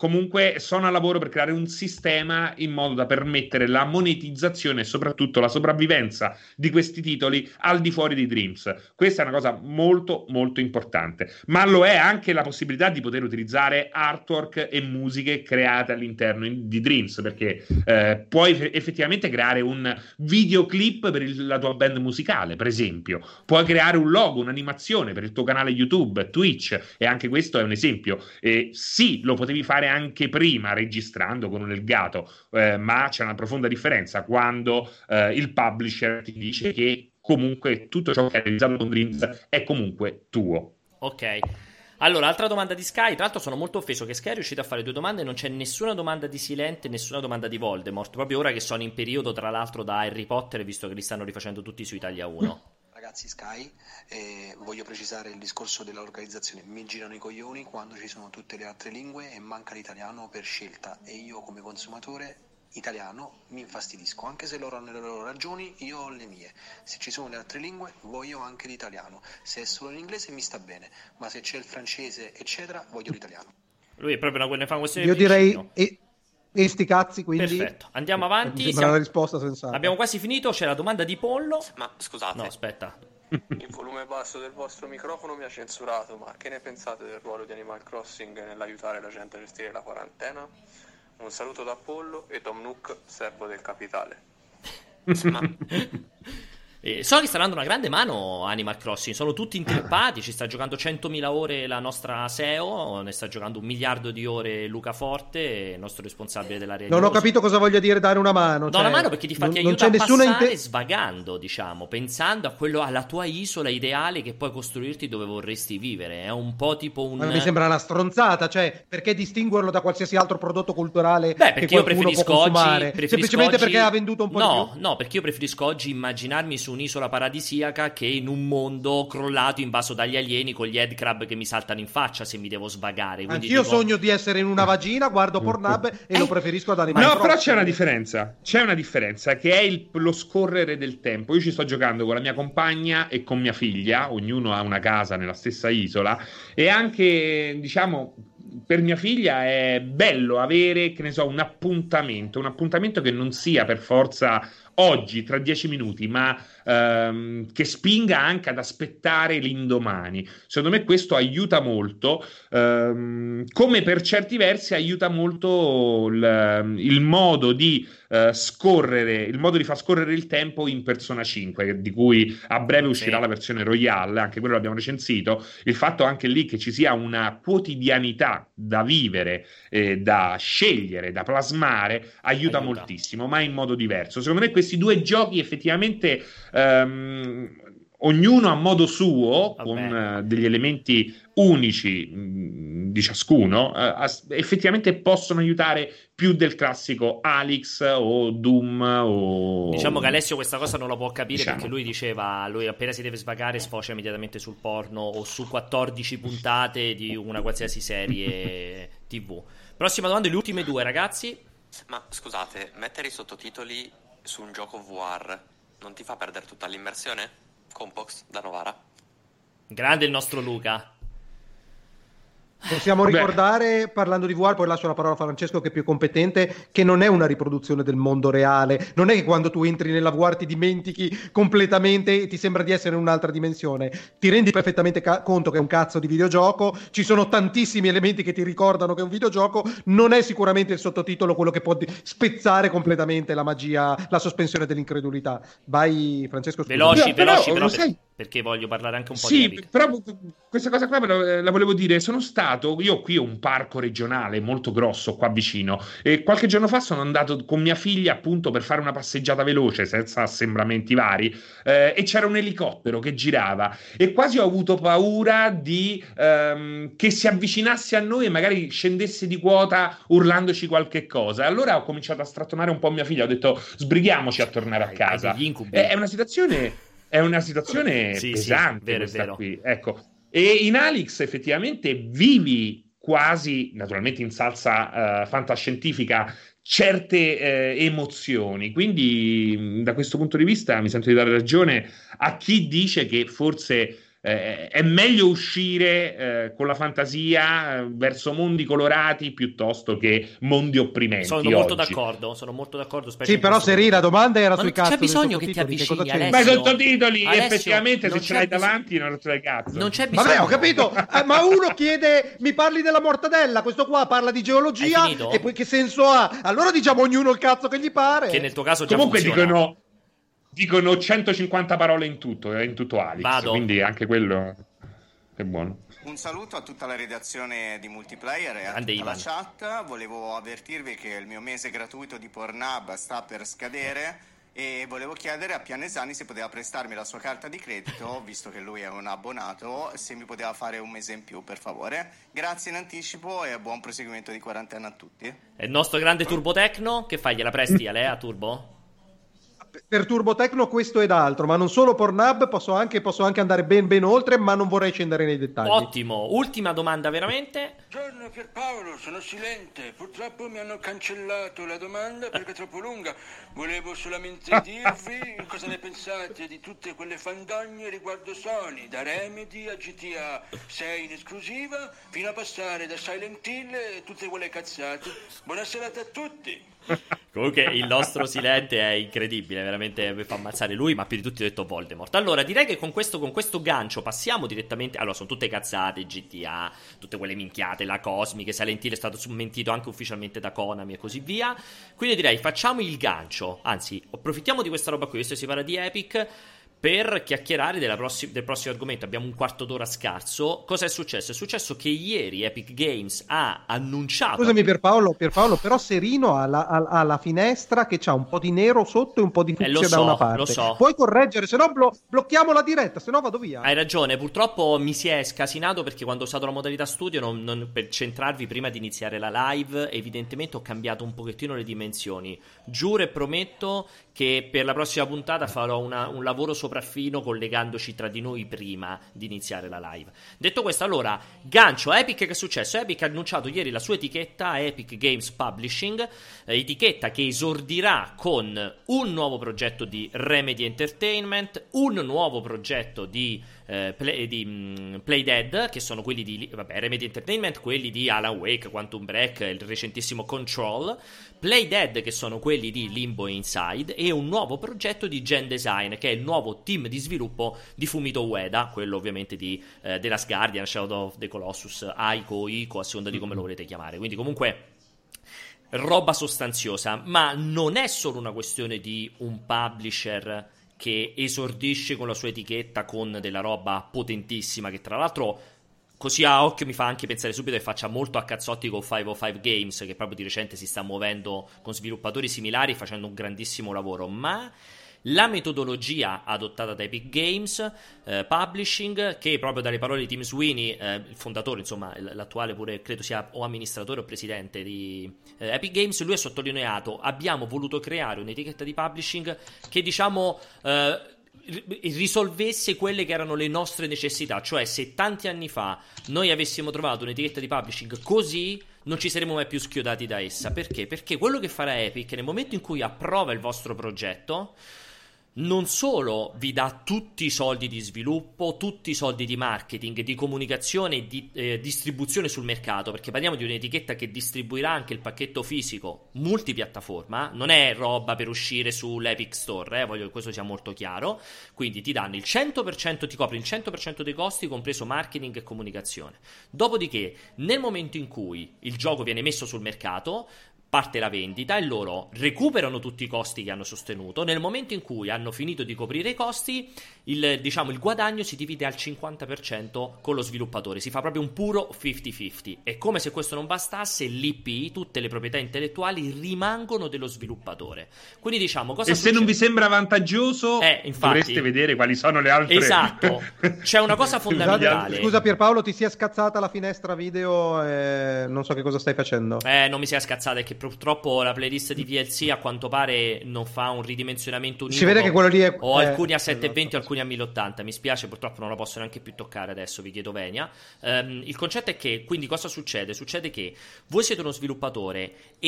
comunque sono a lavoro per creare un sistema in modo da permettere la monetizzazione e soprattutto la sopravvivenza di questi titoli al di fuori di Dreams. Questa è una cosa molto molto importante, ma lo è anche la possibilità di poter utilizzare artwork e musiche create all'interno di Dreams, perché puoi effettivamente creare un videoclip per la tua band musicale, per esempio, puoi creare un logo, un'animazione per il tuo canale YouTube, Twitch, e anche questo è un esempio. Sì, lo potevi fare anche prima registrando con un Elgato, ma c'è una profonda differenza quando il publisher ti dice che comunque tutto ciò che hai realizzato con Dreams è comunque tuo. Ok. Allora, altra domanda di Sky. Tra l'altro sono molto offeso che Sky è riuscito a fare 2 domande e non c'è nessuna domanda di Silent e nessuna domanda di Voldemort, proprio ora che sono in periodo, tra l'altro, da Harry Potter, visto che li stanno rifacendo tutti su Italia 1. Ragazzi, Sky, voglio precisare il discorso dell'organizzazione. Mi girano i coglioni quando ci sono tutte le altre lingue e manca l'italiano per scelta, e io come consumatore italiano mi infastidisco, anche se loro hanno le loro ragioni, io ho le mie. Se ci sono le altre lingue voglio anche l'italiano, se è solo l'inglese mi sta bene, ma se c'è il francese eccetera voglio l'italiano. Lui è proprio ne fa una questione io di direi e sti cazzi, quindi perfetto, andiamo avanti. Sembra la risposta sensata. Abbiamo quasi finito, c'è la domanda di Pollo. Ma scusate, no, aspetta, il volume basso del vostro microfono mi ha censurato, ma che ne pensate del ruolo di Animal Crossing nell'aiutare la gente a gestire la quarantena? Un saluto da Apollo e Tom Nook, servo del capitale. So che sta dando una grande mano Animal Crossing, sono tutti intrippati, ci sta giocando 100.000 ore la nostra SEO, ne sta giocando 1 miliardo di ore Luca Forte, il nostro responsabile dell'area. Non ho capito cosa voglia dire dare una mano. Do una mano perché ti aiuta a passare svagando, diciamo, pensando a quello, alla tua isola ideale che puoi costruirti dove vorresti vivere. È un po' tipo un... Ma mi sembra una stronzata, cioè, perché distinguerlo da qualsiasi altro prodotto culturale perché che qualcuno può consumare? Semplicemente perché ha venduto un po' di più? No, perché io preferisco oggi immaginarmi su un'isola paradisiaca che in un mondo crollato, invaso dagli alieni, con gli headcrab che mi saltano in faccia se mi devo svagare. Anch'io sogno di essere in una vagina, guardo Pornhub e lo preferisco ad Animal Crossing. No, però c'è una differenza che è lo scorrere del tempo. Io ci sto giocando con la mia compagna e con mia figlia, ognuno ha una casa nella stessa isola, e anche, diciamo, per mia figlia è bello avere, che ne so, un appuntamento che non sia per forza oggi, tra 10 minuti, ma che spinga anche ad aspettare l'indomani. Secondo me questo aiuta molto, come per certi versi aiuta molto il modo di scorrere, il modo di far scorrere il tempo in Persona 5, di cui a breve uscirà la versione Royale, anche quello l'abbiamo recensito. Il fatto anche lì che ci sia una quotidianità da vivere, da scegliere, da plasmare, aiuta moltissimo, ma in modo diverso. Secondo me questi 2 giochi effettivamente ognuno a modo suo, con degli elementi unici di ciascuno, effettivamente possono aiutare più del classico Alyx o Doom o... Diciamo che Alessio questa cosa non la può capire, perché lui diceva, lui appena si deve svagare sfocia immediatamente sul porno o su 14 puntate di una qualsiasi serie TV. Prossima domanda, le ultime 2, ragazzi. Ma scusate, mettere i sottotitoli su un gioco VR non ti fa perdere tutta l'immersione? Compox da Novara. Grande il nostro Luca. Possiamo ricordare, parlando di VR, poi lascio la parola a Francesco che è più competente, che non è una riproduzione del mondo reale. Non è che quando tu entri nella VR ti dimentichi completamente e ti sembra di essere in un'altra dimensione. Ti rendi perfettamente conto che è un cazzo di videogioco, ci sono tantissimi elementi che ti ricordano che è un videogioco. Non è sicuramente il sottotitolo quello che può spezzare completamente la magia, la sospensione dell'incredulità. Vai Francesco. Veloci, perché voglio parlare anche un po' di Epic. Però questa cosa qua la volevo dire. Sono stato, io qui ho un parco regionale molto grosso qua vicino, e qualche giorno fa sono andato con mia figlia appunto per fare una passeggiata veloce senza assembramenti vari, e c'era un elicottero che girava e quasi ho avuto paura di che si avvicinasse a noi e magari scendesse di quota urlandoci qualche cosa. Allora ho cominciato a strattonare un po' mia figlia, ho detto sbrighiamoci a tornare a casa. È una situazione pesante, questa qui, ecco. E in Alyx effettivamente vivi quasi, naturalmente in salsa fantascientifica, certe emozioni. Quindi da questo punto di vista mi sento di dare ragione a chi dice che forse È meglio uscire con la fantasia verso mondi colorati piuttosto che mondi opprimenti. Sono molto d'accordo. Sì, però Seri, la domanda era sui cazzo. Non c'è bisogno che ti avvicini, Alessio. Ma i sottotitoli, Alessio, effettivamente, se ce l'hai davanti non ce l'hai cazzo. Non c'è bisogno. Vabbè, ho capito, ma uno chiede, mi parli della mortadella, questo qua parla di geologia, e poi che senso ha? Allora diciamo ognuno il cazzo che gli pare. Che nel tuo caso già comunque funziona. Dicono 150 parole in tutto Alex. Vado. Quindi anche quello è buono. Un saluto a tutta la redazione di Multiplayer e a tutta la chat. Volevo avvertirvi che il mio mese gratuito di Pornhub sta per scadere e volevo chiedere a Pianesani se poteva prestarmi la sua carta di credito, visto che lui è un abbonato, se mi poteva fare un mese in più, per favore. Grazie in anticipo e buon proseguimento di quarantena a tutti. È il nostro grande Turbotecno. Che fai, gliela presti a lei a Turbo? Per Turbotecno questo ed altro, ma non solo Pornhub, posso anche andare ben oltre, ma non vorrei scendere nei dettagli. Ottimo, ultima domanda veramente. Buongiorno Pierpaolo, sono Silente. Purtroppo mi hanno cancellato la domanda perché è troppo lunga. Volevo solamente dirvi cosa ne pensate di tutte quelle fandogne riguardo Sony, da Remedy a GTA 6 in esclusiva, fino a passare da Silent Hill e tutte quelle cazzate. Buona serata a tutti. Comunque il nostro Silente è incredibile, veramente mi fa ammazzare lui, ma più di tutti ho detto Voldemort. Allora direi che con questo gancio passiamo direttamente. Allora sono tutte cazzate, GTA, tutte quelle minchiate, la Cosmic, Silent Hill è stato smentito anche ufficialmente da Konami e così via. Quindi direi facciamo il gancio, anzi approfittiamo di questa roba qui, visto che si parla di Epic, per chiacchierare del prossimo argomento. Abbiamo un quarto d'ora scarso. Cosa è successo? È successo che ieri Epic Games ha annunciato... Scusami Pierpaolo, però Serino ha la finestra che c'ha un po' di nero sotto e un po' di fucsia da una parte. Lo so. Puoi correggere, se no blocchiamo la diretta, se no vado via. Hai ragione, purtroppo mi si è scasinato perché quando ho usato la modalità studio, per centrarvi prima di iniziare la live, evidentemente ho cambiato un pochettino le dimensioni. Giuro e prometto che per la prossima puntata farò un lavoro sopraffino collegandoci tra di noi prima di iniziare la live. Detto questo, allora, gancio Epic. Che è successo? Epic ha annunciato ieri la sua etichetta Epic Games Publishing, etichetta che esordirà con un nuovo progetto di Remedy Entertainment, un nuovo progetto di Playdead, che sono quelli di Remedy Entertainment, quelli di Alan Wake, Quantum Break, il recentissimo Control, Playdead che sono quelli di Limbo e Inside, e un nuovo progetto di Gen Design che è il nuovo team di sviluppo di Fumito Ueda, quello ovviamente di The Last Guardian, Shadow of the Colossus, Ico, a seconda di come lo volete chiamare. Quindi comunque roba sostanziosa, ma non è solo una questione di un publisher che esordisce con la sua etichetta con della roba potentissima, che tra l'altro così a occhio mi fa anche pensare subito che faccia molto a cazzotti con 505 Games, che proprio di recente si sta muovendo con sviluppatori similari facendo un grandissimo lavoro. Ma la metodologia adottata da Epic Games Publishing, che proprio dalle parole di Tim Sweeney, il fondatore, insomma l'attuale pure credo sia o amministratore o presidente di Epic Games, lui ha sottolineato: abbiamo voluto creare un'etichetta di publishing che diciamo risolvesse quelle che erano le nostre necessità. Cioè, se tanti anni fa noi avessimo trovato un'etichetta di publishing così, non ci saremmo mai più schiodati da essa. Perché? Perché quello che farà Epic nel momento in cui approva il vostro progetto, non solo vi dà tutti i soldi di sviluppo, tutti i soldi di marketing, di comunicazione e di distribuzione sul mercato, perché parliamo di un'etichetta che distribuirà anche il pacchetto fisico multipiattaforma, non è roba per uscire sull'Epic Store, voglio che questo sia molto chiaro. Quindi ti danno il 100%, ti copri il 100% dei costi, compreso marketing e comunicazione. Dopodiché, nel momento in cui il gioco viene messo sul mercato, parte la vendita e loro recuperano tutti i costi che hanno sostenuto. Nel momento in cui hanno finito di coprire i costi, il guadagno si divide al 50% con lo sviluppatore, si fa proprio un puro 50-50. E come se questo non bastasse, l'IP, tutte le proprietà intellettuali rimangono dello sviluppatore. Quindi diciamo, cosa succede? Se non vi sembra vantaggioso, dovreste vedere quali sono le altre. Esatto, c'è una cosa fondamentale. Scusa Pierpaolo, ti si è scazzata la finestra video non so che cosa stai facendo. Non mi si è scazzata, è che purtroppo la playlist di VLC a quanto pare non fa un ridimensionamento unico. Si vede che quello lì è... Ho alcuni a 720 e alcuni a 1080. Mi spiace, purtroppo non lo posso neanche più toccare adesso, vi chiedo venia. Il concetto è che, quindi cosa succede? Succede che voi siete uno sviluppatore e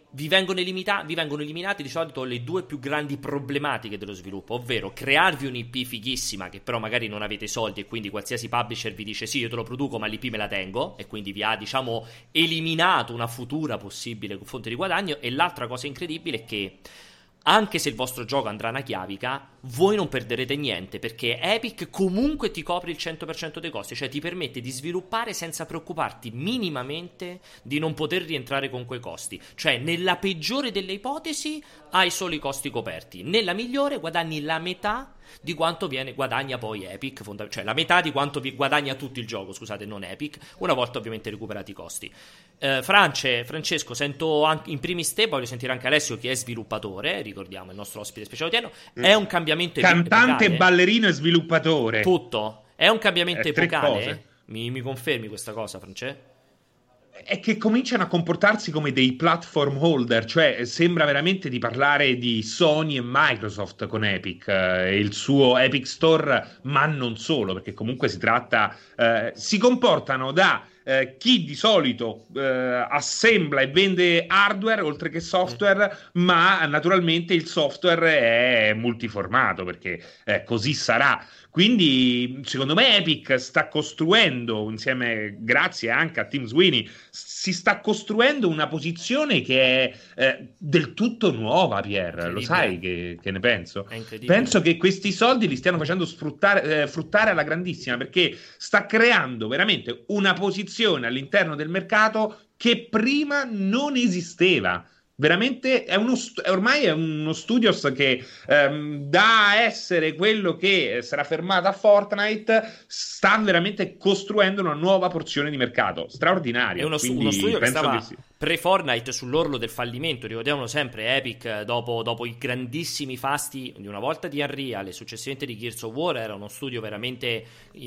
vi vengono eliminate di solito le due più grandi problematiche dello sviluppo, ovvero crearvi un'IP fighissima che però magari non avete soldi e quindi qualsiasi publisher vi dice sì, io te lo produco ma l'IP me la tengo, e quindi vi ha, diciamo, eliminato una futura possibile fonte di guadagno. E l'altra cosa incredibile è che anche se il vostro gioco andrà una chiavica, voi non perderete niente, perché Epic comunque ti copre il 100% dei costi, cioè ti permette di sviluppare senza preoccuparti minimamente di non poter rientrare con quei costi. Cioè, nella peggiore delle ipotesi hai solo i costi coperti, nella migliore guadagni la metà di quanto guadagna poi Epic, cioè la metà di quanto vi guadagna tutto il gioco, scusate, non Epic, una volta ovviamente recuperati i costi. Francesco, sento anche, in primis te, voglio sentire anche Alessio che è sviluppatore, ricordiamo il nostro ospite speciale odierno. È un cambiamento cantante, epocale. Ballerino e sviluppatore, tutto, è un cambiamento epocale. Cose. Mi confermi questa cosa, Francesco? È che cominciano a comportarsi come dei platform holder, cioè sembra veramente di parlare di Sony e Microsoft con Epic, il suo Epic Store, ma non solo, perché comunque si tratta, si comportano da chi di solito assembla e vende hardware oltre che software, ma naturalmente il software è multiformato, perché così sarà. Quindi secondo me Epic sta costruendo, insieme, grazie anche a Tim Sweeney, si sta costruendo una posizione che è del tutto nuova, Pier. Lo sai che ne penso? Penso che questi soldi li stiano facendo fruttare alla grandissima, perché sta creando veramente una posizione all'interno del mercato che prima non esisteva. Veramente ormai è uno studios che da essere quello che sarà fermato a Fortnite sta veramente costruendo una nuova porzione di mercato straordinaria. È uno studio che stava pre-Fortnite sull'orlo del fallimento. Ricordiamolo sempre, Epic dopo i grandissimi fasti di una volta di Unreal e successivamente di Gears of War era uno studio veramente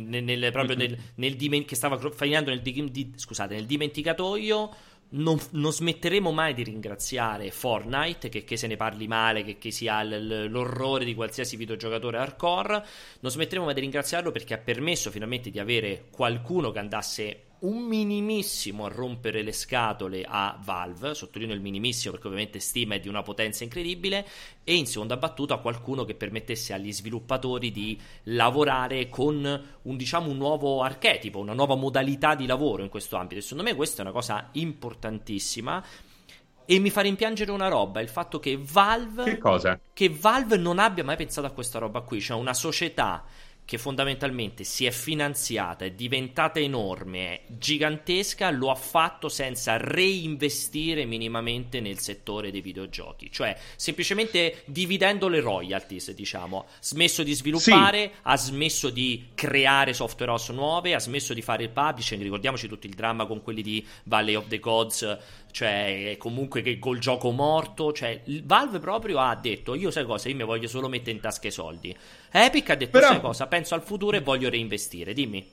che stava finendo nel dimenticatoio. Non smetteremo mai di ringraziare Fortnite, che se ne parli male, che sia l'orrore di qualsiasi videogiocatore hardcore, non smetteremo mai di ringraziarlo perché ha permesso finalmente di avere qualcuno che andasse un minimissimo a rompere le scatole a Valve, sottolineo il minimissimo perché ovviamente Steam è di una potenza incredibile, e in seconda battuta a qualcuno che permettesse agli sviluppatori di lavorare con un nuovo archetipo, una nuova modalità di lavoro in questo ambito. E secondo me questa è una cosa importantissima. E mi fa rimpiangere una roba, il fatto che Valve... Che cosa? Che Valve non abbia mai pensato a questa roba qui, cioè una società che fondamentalmente si è finanziata, è diventata enorme, è gigantesca, lo ha fatto senza reinvestire minimamente nel settore dei videogiochi, cioè semplicemente dividendo le royalties, diciamo. Smesso di sviluppare, ha smesso di creare software house nuove, ha smesso di fare il publishing. Ricordiamoci tutto il dramma con quelli di Valley of the Gods, cioè comunque che col gioco morto, cioè Valve proprio ha detto io sai cosa, io mi voglio solo mettere in tasca i soldi. Epic ha detto sai cosa, penso al futuro e voglio reinvestire. Dimmi.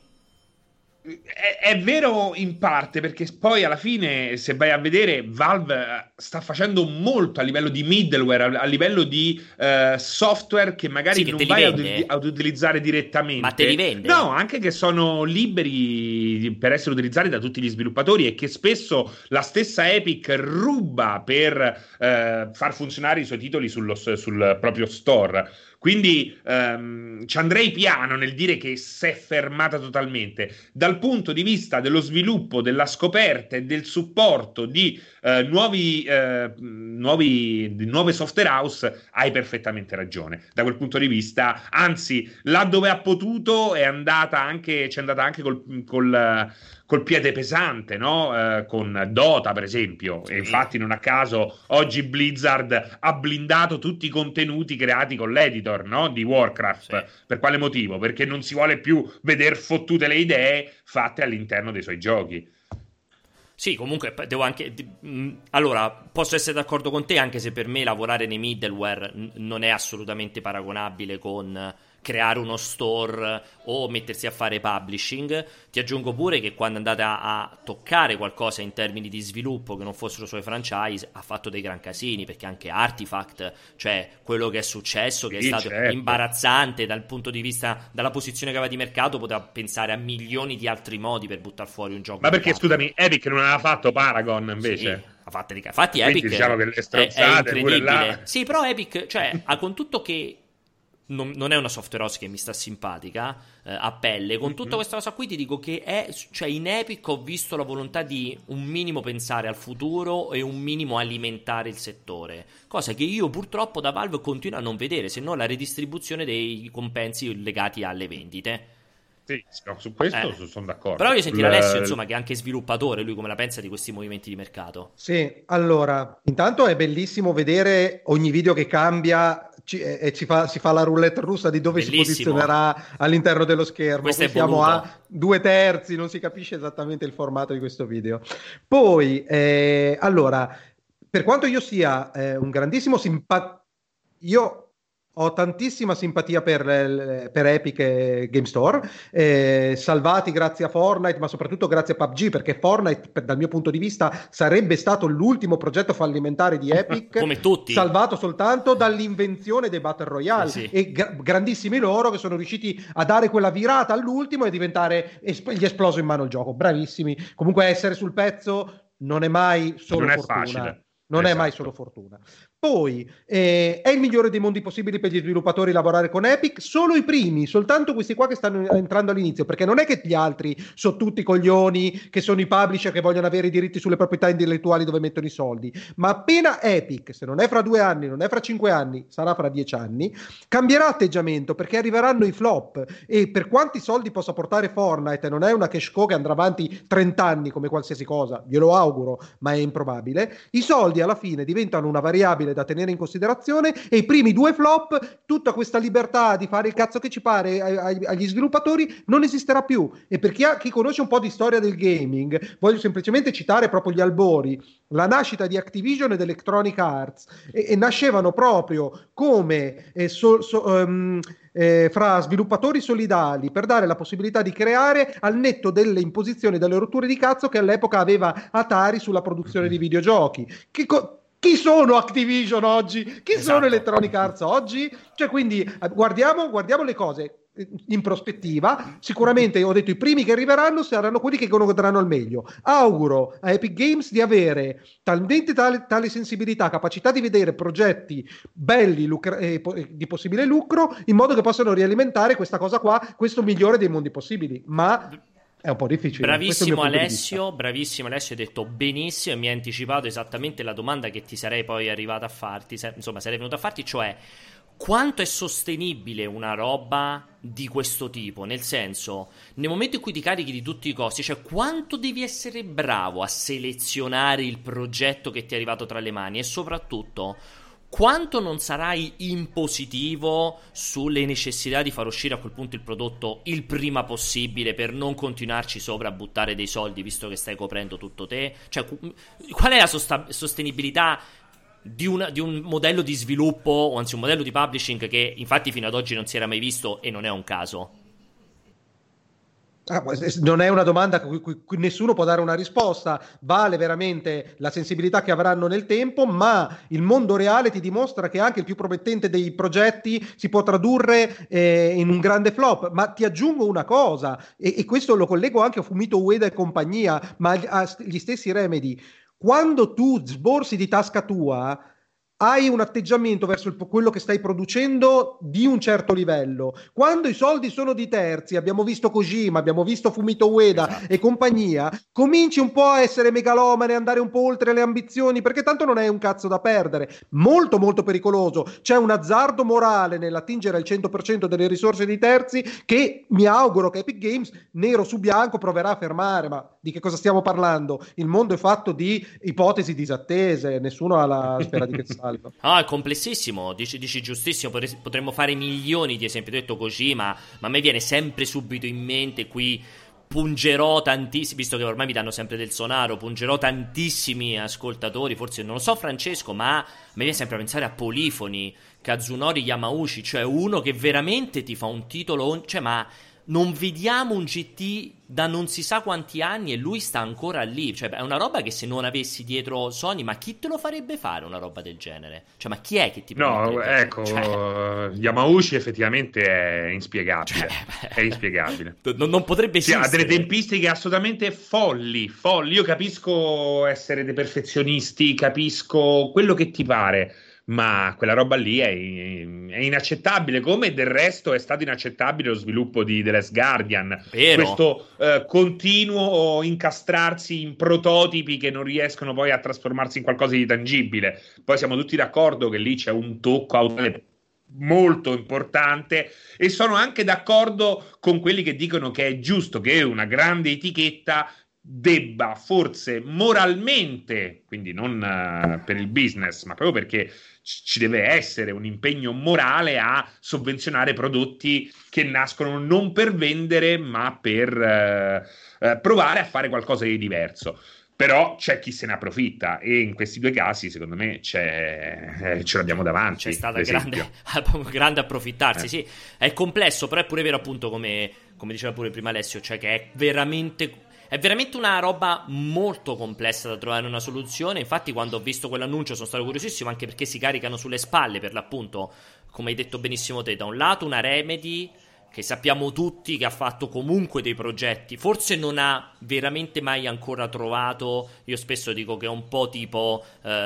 È vero in parte, perché poi alla fine, se vai a vedere, Valve sta facendo molto a livello di middleware, a livello di software che magari non vai ad utilizzare direttamente. Ma te li vende? No, anche che sono liberi per essere utilizzati da tutti gli sviluppatori e che spesso la stessa Epic ruba per far funzionare i suoi titoli sul proprio store. Quindi ci andrei piano nel dire che si è fermata totalmente. Dal punto di vista dello sviluppo, della scoperta e del supporto di nuove software house, hai perfettamente ragione. Da quel punto di vista, anzi, là dove ha potuto c'è andata anche col piede pesante, no? Con Dota, per esempio. E infatti, non a caso, oggi Blizzard ha blindato tutti i contenuti creati con l'editor, no? Di Warcraft. Sì. Per quale motivo? Perché non si vuole più veder fottute le idee fatte all'interno dei suoi giochi. Sì, comunque devo anche... Allora, posso essere d'accordo con te, anche se per me lavorare nei middleware non è assolutamente paragonabile con creare uno store o mettersi a fare publishing. Ti aggiungo pure che quando andate a toccare qualcosa in termini di sviluppo che non fossero suoi franchise, ha fatto dei gran casini, perché anche Artifact, cioè quello che è successo, che è stato imbarazzante dal punto di vista, dalla posizione che aveva di mercato, poteva pensare a milioni di altri modi per buttare fuori un gioco. Ma perché, scusami, Epic non aveva fatto Paragon invece? Sì. Infatti Epic diciamo che le stronzate è incredibile. Là... Sì, però Epic, cioè, con tutto che non è una software house che mi sta simpatica a pelle, con tutta questa cosa qui ti dico che cioè in Epic ho visto la volontà di un minimo pensare al futuro e un minimo alimentare il settore, cosa che io purtroppo da Valve continuo a non vedere, se non la redistribuzione dei compensi legati alle vendite. Sì, no, su questo sono d'accordo. Però voglio sentire Alessio, insomma, che è anche sviluppatore, lui come la pensa di questi movimenti di mercato. Sì, allora, intanto è bellissimo vedere ogni video che cambia e si fa la roulette russa di dove si posizionerà all'interno dello schermo. Qui siamo a 2/3, non si capisce esattamente il formato di questo video. Poi, allora, per quanto io sia un grandissimo io ho tantissima simpatia per Epic e Game Store, salvati grazie a Fortnite, ma soprattutto grazie a PUBG, perché Fortnite, dal mio punto di vista, sarebbe stato l'ultimo progetto fallimentare di Epic, come tutti, salvato soltanto dall'invenzione dei Battle Royale. Sì. E grandissimi loro che sono riusciti a dare quella virata all'ultimo e diventare gli è esploso in mano il gioco. Bravissimi. Comunque essere sul pezzo non è mai solo fortuna. Facile. Non è mai solo fortuna. Poi è il migliore dei mondi possibili per gli sviluppatori lavorare con Epic, solo i primi, soltanto questi qua che stanno entrando all'inizio, perché non è che gli altri sono tutti coglioni, che sono i publisher che vogliono avere i diritti sulle proprietà intellettuali dove mettono i soldi, ma appena Epic, se non è fra 2 anni, non è fra 5 anni, sarà fra 10 anni, cambierà atteggiamento, perché arriveranno i flop, e per quanti soldi possa portare Fortnite, non è una cash cow che andrà avanti 30 anni come qualsiasi cosa, glielo auguro, ma è improbabile, i soldi alla fine diventano una variabile da tenere in considerazione, e i primi 2 flop, tutta questa libertà di fare il cazzo che ci pare agli sviluppatori non esisterà più. E per chi conosce un po' di storia del gaming, voglio semplicemente citare proprio gli albori, la nascita di Activision ed Electronic Arts, e nascevano proprio come fra sviluppatori solidali per dare la possibilità di creare al netto delle imposizioni, delle rotture di cazzo che all'epoca aveva Atari sulla produzione di videogiochi. Chi sono Activision oggi? Chi sono Electronic Arts oggi? Cioè, quindi guardiamo le cose in prospettiva. Sicuramente ho detto i primi che arriveranno saranno quelli che godranno al meglio. Auguro a Epic Games di avere talmente tale sensibilità, capacità di vedere progetti belli di possibile lucro, in modo che possano rialimentare questa cosa qua, questo migliore dei mondi possibili. Ma è un po' difficile. Bravissimo Alessio, hai detto benissimo e mi hai anticipato esattamente la domanda che ti sarei poi arrivato a farti, insomma sarei venuto a farti, cioè quanto è sostenibile una roba di questo tipo, nel senso, nel momento in cui ti carichi di tutti i costi, cioè quanto devi essere bravo a selezionare il progetto che ti è arrivato tra le mani, e soprattutto quanto non sarai impositivo sulle necessità di far uscire a quel punto il prodotto il prima possibile per non continuarci sopra a buttare dei soldi, visto che stai coprendo tutto te. Cioè, qual è la sostenibilità di un modello di sviluppo, o anzi un modello di publishing che infatti fino ad oggi non si era mai visto, e non è un caso? Non è una domanda a cui nessuno può dare una risposta. Vale veramente la sensibilità che avranno nel tempo, ma il mondo reale ti dimostra che anche il più promettente dei progetti si può tradurre in un grande flop. Ma ti aggiungo una cosa, e questo lo collego anche a Fumito Ueda e compagnia, ma agli stessi Remedy. Quando tu sborsi di tasca tua, hai un atteggiamento verso quello che stai producendo di un certo livello. Quando i soldi sono di terzi, abbiamo visto Kojima, abbiamo visto Fumito Ueda e compagnia, cominci un po' a essere megalomane, andare un po' oltre le ambizioni, perché tanto non hai un cazzo da perdere. Molto molto pericoloso. C'è un azzardo morale nell'attingere al 100% delle risorse di terzi che mi auguro che Epic Games nero su bianco proverà a fermare. Ma di che cosa stiamo parlando? Il mondo è fatto di ipotesi disattese, nessuno ha la sfera di cristallo. È complessissimo, dici giustissimo, potremmo fare milioni di esempi, ho detto Kojima, ma a me viene sempre subito in mente, qui pungerò tantissimi, visto che ormai mi danno sempre del sonaro, pungerò tantissimi ascoltatori, forse non lo so Francesco, ma a me viene sempre a pensare a Polifoni, Kazunori Yamauchi, cioè uno che veramente ti fa un titolo, cioè ma non vediamo un GT da non si sa quanti anni e lui sta ancora lì. Cioè, è una roba che se non avessi dietro Sony, ma chi te lo farebbe fare una roba del genere? Cioè, ma chi è che ti No, ecco, Yamauchi effettivamente è inspiegabile. È inspiegabile. Non potrebbe esistere. Ha delle tempistiche assolutamente folli. Io capisco essere dei perfezionisti, capisco quello che ti pare, ma quella roba lì è inaccettabile, come del resto è stato inaccettabile lo sviluppo di The Last Guardian. Vero. Questo continuo incastrarsi in prototipi che non riescono poi a trasformarsi in qualcosa di tangibile. Poi siamo tutti d'accordo che lì c'è un tocco autorevole molto importante, e sono anche d'accordo con quelli che dicono che è giusto che una grande etichetta debba forse moralmente, quindi non per il business, ma proprio perché ci deve essere un impegno morale a sovvenzionare prodotti che nascono non per vendere, ma per provare a fare qualcosa di diverso. Però c'è chi se ne approfitta, e in questi due casi secondo me ce l'abbiamo davanti. C'è stata grande approfittarsi. Sì, è complesso, però è pure vero, appunto, come diceva pure prima Alessio, cioè che è veramente una roba molto complessa da trovare una soluzione. Infatti quando ho visto quell'annuncio sono stato curiosissimo, anche perché si caricano sulle spalle, per l'appunto, come hai detto benissimo te, da un lato una Remedy che sappiamo tutti che ha fatto comunque dei progetti, forse non ha veramente mai ancora trovato, io spesso dico che è un po' tipo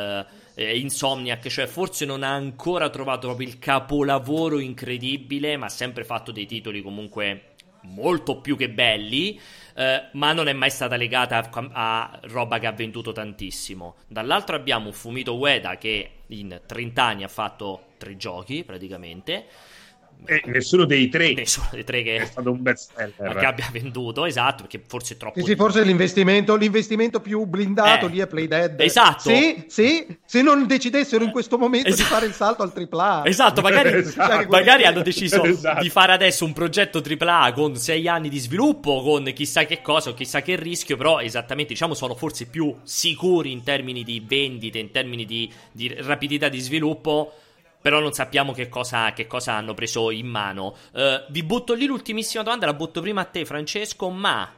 Insomniac, cioè forse non ha ancora trovato proprio il capolavoro incredibile, ma ha sempre fatto dei titoli comunque molto più che belli, ma non è mai stata legata a roba che ha venduto tantissimo. Dall'altro abbiamo un Fumito Ueda che in 30 anni ha fatto 3 giochi praticamente, e nessuno dei tre che è stato un best seller che abbia venduto, esatto, perché forse è troppo sì, forse l'investimento più blindato lì è Playdead, esatto. Se non decidessero in questo momento di fare il salto al AAA, esatto, magari hanno deciso di fare adesso un progetto AAA con 6 anni di sviluppo, con chissà che cosa o chissà che rischio, però esattamente, diciamo, sono forse più sicuri in termini di vendite, in termini di rapidità di sviluppo. Però non sappiamo che cosa hanno preso in mano. Vi butto lì l'ultimissima domanda, la butto prima a te, Francesco, ma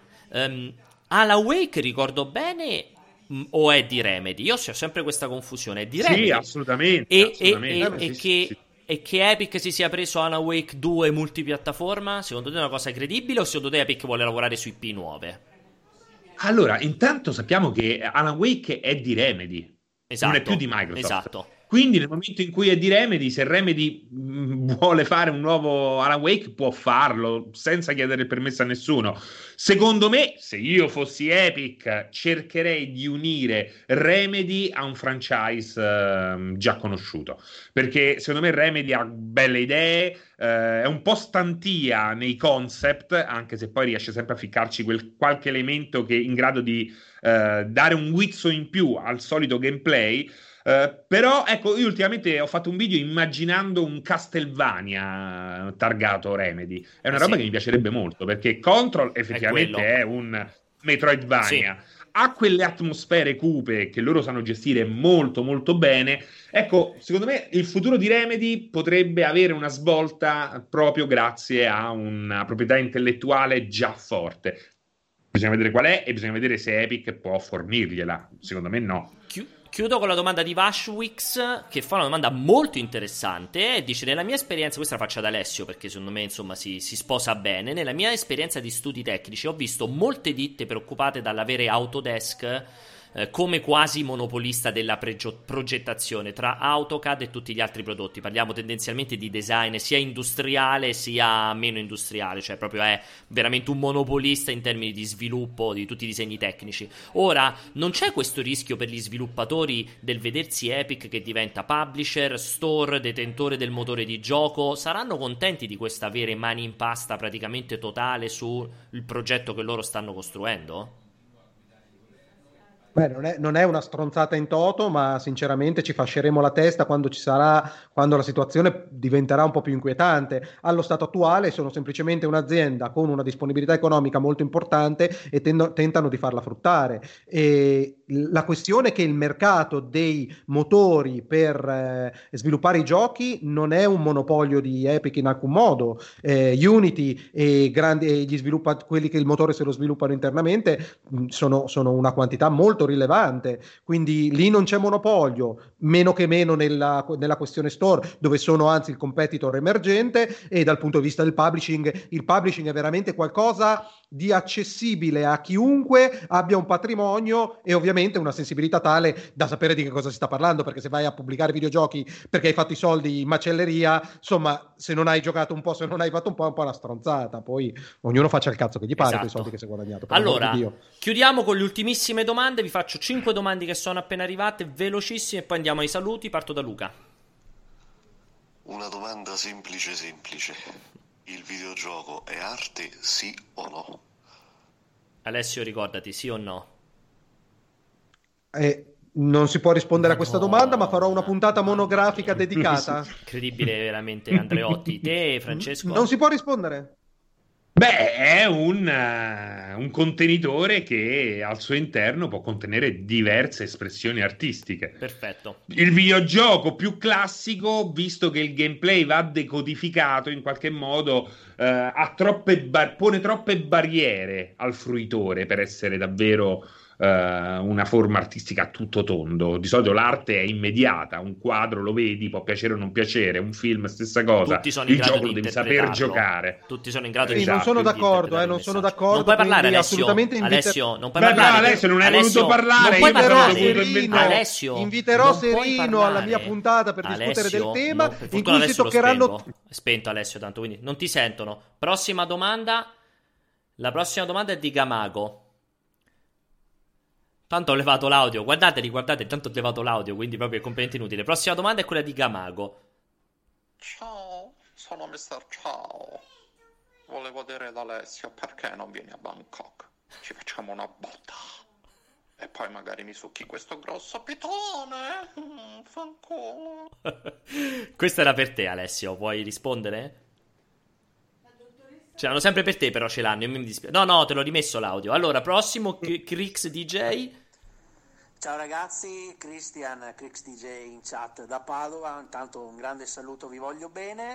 Alan Wake, ricordo bene, o è di Remedy? Io ho sempre questa confusione, è di Remedy? Sì, assolutamente. E che Epic si sia preso Alan Wake 2 multipiattaforma, secondo te è una cosa credibile, o secondo te Epic vuole lavorare su IP nuove? Allora, intanto sappiamo che Alan Wake è di Remedy, non è più di Microsoft. Esatto. Quindi nel momento in cui è di Remedy, se Remedy vuole fare un nuovo Alan Wake, può farlo senza chiedere il permesso a nessuno. Secondo me, se io fossi Epic, cercherei di unire Remedy a un franchise già conosciuto, perché secondo me Remedy ha belle idee, è un po' stantia nei concept, anche se poi riesce sempre a ficcarci qualche elemento che è in grado di dare un guizzo in più al solito gameplay. Però ecco, io ultimamente ho fatto un video immaginando un Castlevania targato Remedy. È una roba che mi piacerebbe molto, perché Control effettivamente è un Metroidvania, ha quelle atmosfere cupe che loro sanno gestire molto molto bene. Ecco, secondo me il futuro di Remedy potrebbe avere una svolta proprio grazie a una proprietà intellettuale già forte. Bisogna vedere qual è e bisogna vedere se Epic può fornirgliela. Secondo me no. Chiudo con la domanda di Vashwix, che fa una domanda molto interessante e dice: nella mia esperienza, questa la faccio ad Alessio perché secondo me insomma si sposa bene, nella mia esperienza di studi tecnici ho visto molte ditte preoccupate dall'avere Autodesk come quasi monopolista della progettazione tra AutoCAD e tutti gli altri prodotti. Parliamo tendenzialmente di design sia industriale sia meno industriale, cioè proprio è veramente un monopolista in termini di sviluppo di tutti i disegni tecnici. Ora, non c'è questo rischio per gli sviluppatori del vedersi Epic che diventa publisher, store, detentore del motore di gioco? Saranno contenti di questa avere mani in pasta praticamente totale sul progetto che loro stanno costruendo? Beh, non è una stronzata in toto, ma sinceramente ci fasceremo la testa quando la situazione diventerà un po' più inquietante. Allo stato attuale sono semplicemente un'azienda con una disponibilità economica molto importante e tentano di farla fruttare. E la questione è che il mercato dei motori per sviluppare i giochi non è un monopolio di Epic in alcun modo. Unity e quelli che il motore se lo sviluppano internamente sono una quantità molto rilevante, quindi lì non c'è monopolio, meno che meno nella questione store, dove sono anzi il competitor emergente. E dal punto di vista del publishing, il publishing è veramente qualcosa di accessibile a chiunque abbia un patrimonio e ovviamente una sensibilità tale da sapere di che cosa si sta parlando, perché se vai a pubblicare videogiochi perché hai fatto i soldi in macelleria, insomma, se non hai giocato un po', se non hai fatto un po' è un po' una stronzata. Poi ognuno faccia il cazzo che gli pare con i soldi che si è guadagnato. Allora, chiudiamo con le ultimissime domande. Vi faccio 5 domande che sono appena arrivate, velocissime, e poi andiamo ai saluti. Parto da Luca. Una domanda semplice. Il videogioco è arte, sì o no? Alessio, ricordati, sì o no? Non si può rispondere a questa domanda, ma farò una puntata monografica dedicata. Incredibile, veramente, Andreotti. Te, Francesco? Non si può rispondere. Beh, è un contenitore che al suo interno può contenere diverse espressioni artistiche. Perfetto. Il videogioco più classico, visto che il gameplay va decodificato in qualche modo, pone troppe barriere al fruitore per essere davvero una forma artistica a tutto tondo. Di solito l'arte è immediata, un quadro lo vedi, può piacere o non piacere, un film stessa cosa, il gioco lo devi saper giocare. Tutti sono in grado di non sono d'accordo, non sono d'accordo. Non puoi parlare, Alessio. Assolutamente Alessio, non puoi parlare. Alessio non hai voluto parlare. Inviterò Serino alla mia puntata per discutere del tema in cui si toccheranno. È spento Alessio, tanto, quindi non ti sentono. Prossima domanda. La prossima domanda è di Gamago. Tanto ho levato l'audio, guardate, tanto ho levato l'audio, quindi proprio è completamente inutile. Prossima domanda è quella di Gamago. Ciao, sono Mr. Ciao. Volevo dire ad Alessio, perché non vieni a Bangkok? Ci facciamo una botta. E poi magari mi succhi questo grosso pitone. Fanculo. Questa era per te, Alessio, vuoi rispondere? Ce l'hanno sempre per te, però ce l'hanno, mi dispiace. No, te l'ho rimesso l'audio. Allora, prossimo, Crix DJ. Ciao ragazzi, Christian, Crix DJ in chat da Padova. Intanto un grande saluto, vi voglio bene.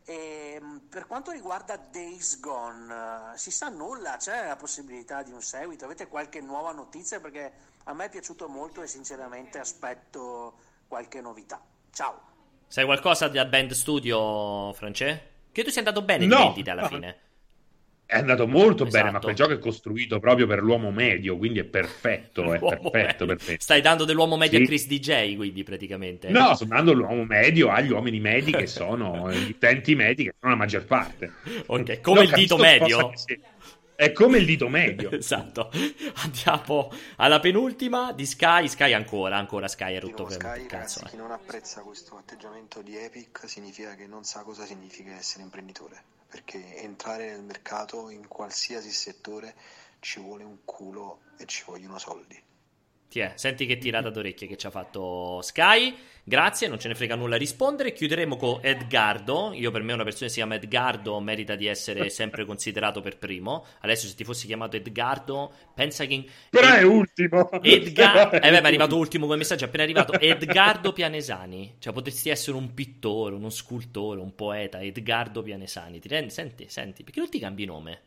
E per quanto riguarda Days Gone, si sa nulla? C'è la possibilità di un seguito? Avete qualche nuova notizia? Perché a me è piaciuto molto e sinceramente aspetto qualche novità. Ciao. Sai qualcosa da Band Studio, France? Che tu sia andato bene in vendita alla fine. È andato molto bene, ma quel gioco è costruito proprio per l'uomo medio, quindi è perfetto, perfetto. Stai dando dell'uomo medio a Chris DJ, quindi praticamente. No, sto dando l'uomo medio agli uomini medi che sono gli utenti medi, che sono la maggior parte. Ok, come il dito medio. È come il dito medio. Esatto. Andiamo alla penultima di Sky. Sky ancora Sky è rotto per Sky, il cazzo. Chi non apprezza questo atteggiamento di Epic significa che non sa cosa significa essere imprenditore, perché entrare nel mercato in qualsiasi settore ci vuole un culo e ci vogliono soldi. Senti che tirata d'orecchie che ci ha fatto Sky. Grazie, non ce ne frega nulla a rispondere. Chiuderemo con Edgardo. Io, per me, una persona che si chiama Edgardo merita di essere sempre considerato per primo. Adesso, se ti fossi chiamato Edgardo, pensa che però è ultimo. ma è arrivato ultimo come messaggio, appena arrivato. Edgardo Pianesani. Cioè, potresti essere un pittore, uno scultore, un poeta. Edgardo Pianesani. Ti rendi? Senti, perché non ti cambi nome?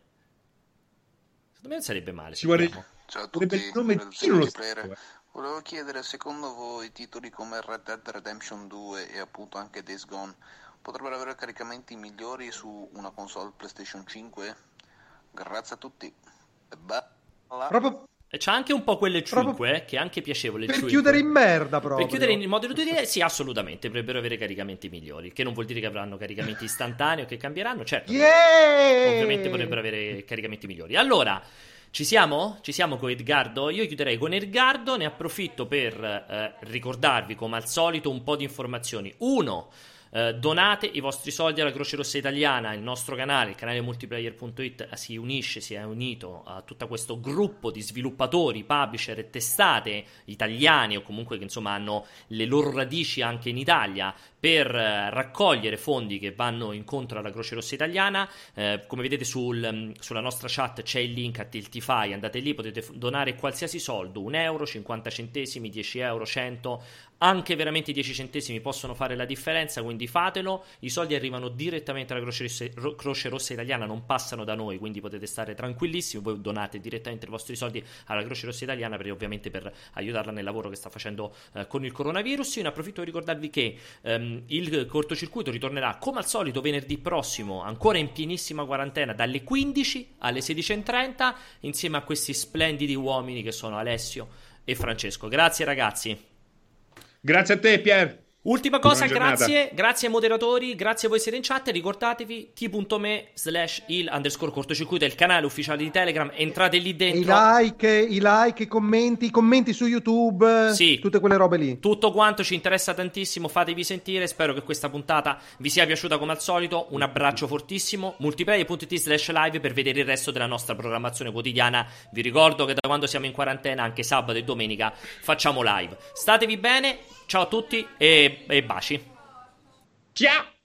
Secondo me non sarebbe male. Ciao a tutti, multiplayer. Volevo chiedere, secondo voi titoli come Red Dead Redemption 2 e appunto anche Days Gone potrebbero avere caricamenti migliori su una console PlayStation 5? Grazie a tutti. E proprio... E c'ha anche un po' quelle 5 che è anche piacevole. Per chiudere in merda proprio. Per chiudere in modo utile, sì, assolutamente. Potrebbero avere caricamenti migliori. Che non vuol dire che avranno caricamenti istantanei o che cambieranno. Certo, ovviamente potrebbero avere caricamenti migliori. Allora, ci siamo? Ci siamo con Edgardo? Io chiuderei con Edgardo. Ne approfitto per ricordarvi, come al solito, un po' di informazioni. 1. donate i vostri soldi alla Croce Rossa Italiana. Il nostro canale, il canale multiplayer.it, si è unito a tutto questo gruppo di sviluppatori, publisher e testate italiani, o comunque che insomma hanno le loro radici anche in Italia, per raccogliere fondi che vanno incontro alla Croce Rossa Italiana. Come vedete sulla nostra chat c'è il link a Tiltify, andate lì, potete donare qualsiasi soldo, 1 euro, 50 centesimi, 10 euro, 100, anche veramente 10 centesimi possono fare la differenza, quindi fatelo. I soldi arrivano direttamente alla Croce Rossa Italiana, non passano da noi, quindi potete stare tranquillissimi. Voi donate direttamente i vostri soldi alla Croce Rossa Italiana, ovviamente per aiutarla nel lavoro che sta facendo con il coronavirus. Io ne approfitto di ricordarvi che il cortocircuito ritornerà come al solito venerdì prossimo, ancora in pienissima quarantena, dalle 15 alle 16:30, insieme a questi splendidi uomini che sono Alessio e Francesco. Grazie ragazzi. Grazie a te, Pier. Ultima cosa, grazie ai moderatori, grazie a voi siete in chat. Ricordatevi t.me/il_cortocircuito è il canale ufficiale di Telegram, entrate lì dentro. I like, i commenti su YouTube, sì, tutte quelle robe lì. Tutto quanto ci interessa tantissimo, fatevi sentire. Spero che questa puntata vi sia piaciuta come al solito. Un abbraccio fortissimo. multiplayer.it/live per vedere il resto della nostra programmazione quotidiana. Vi ricordo che da quando siamo in quarantena anche sabato e domenica facciamo live. Statevi bene, ciao a tutti e baci. Ciao.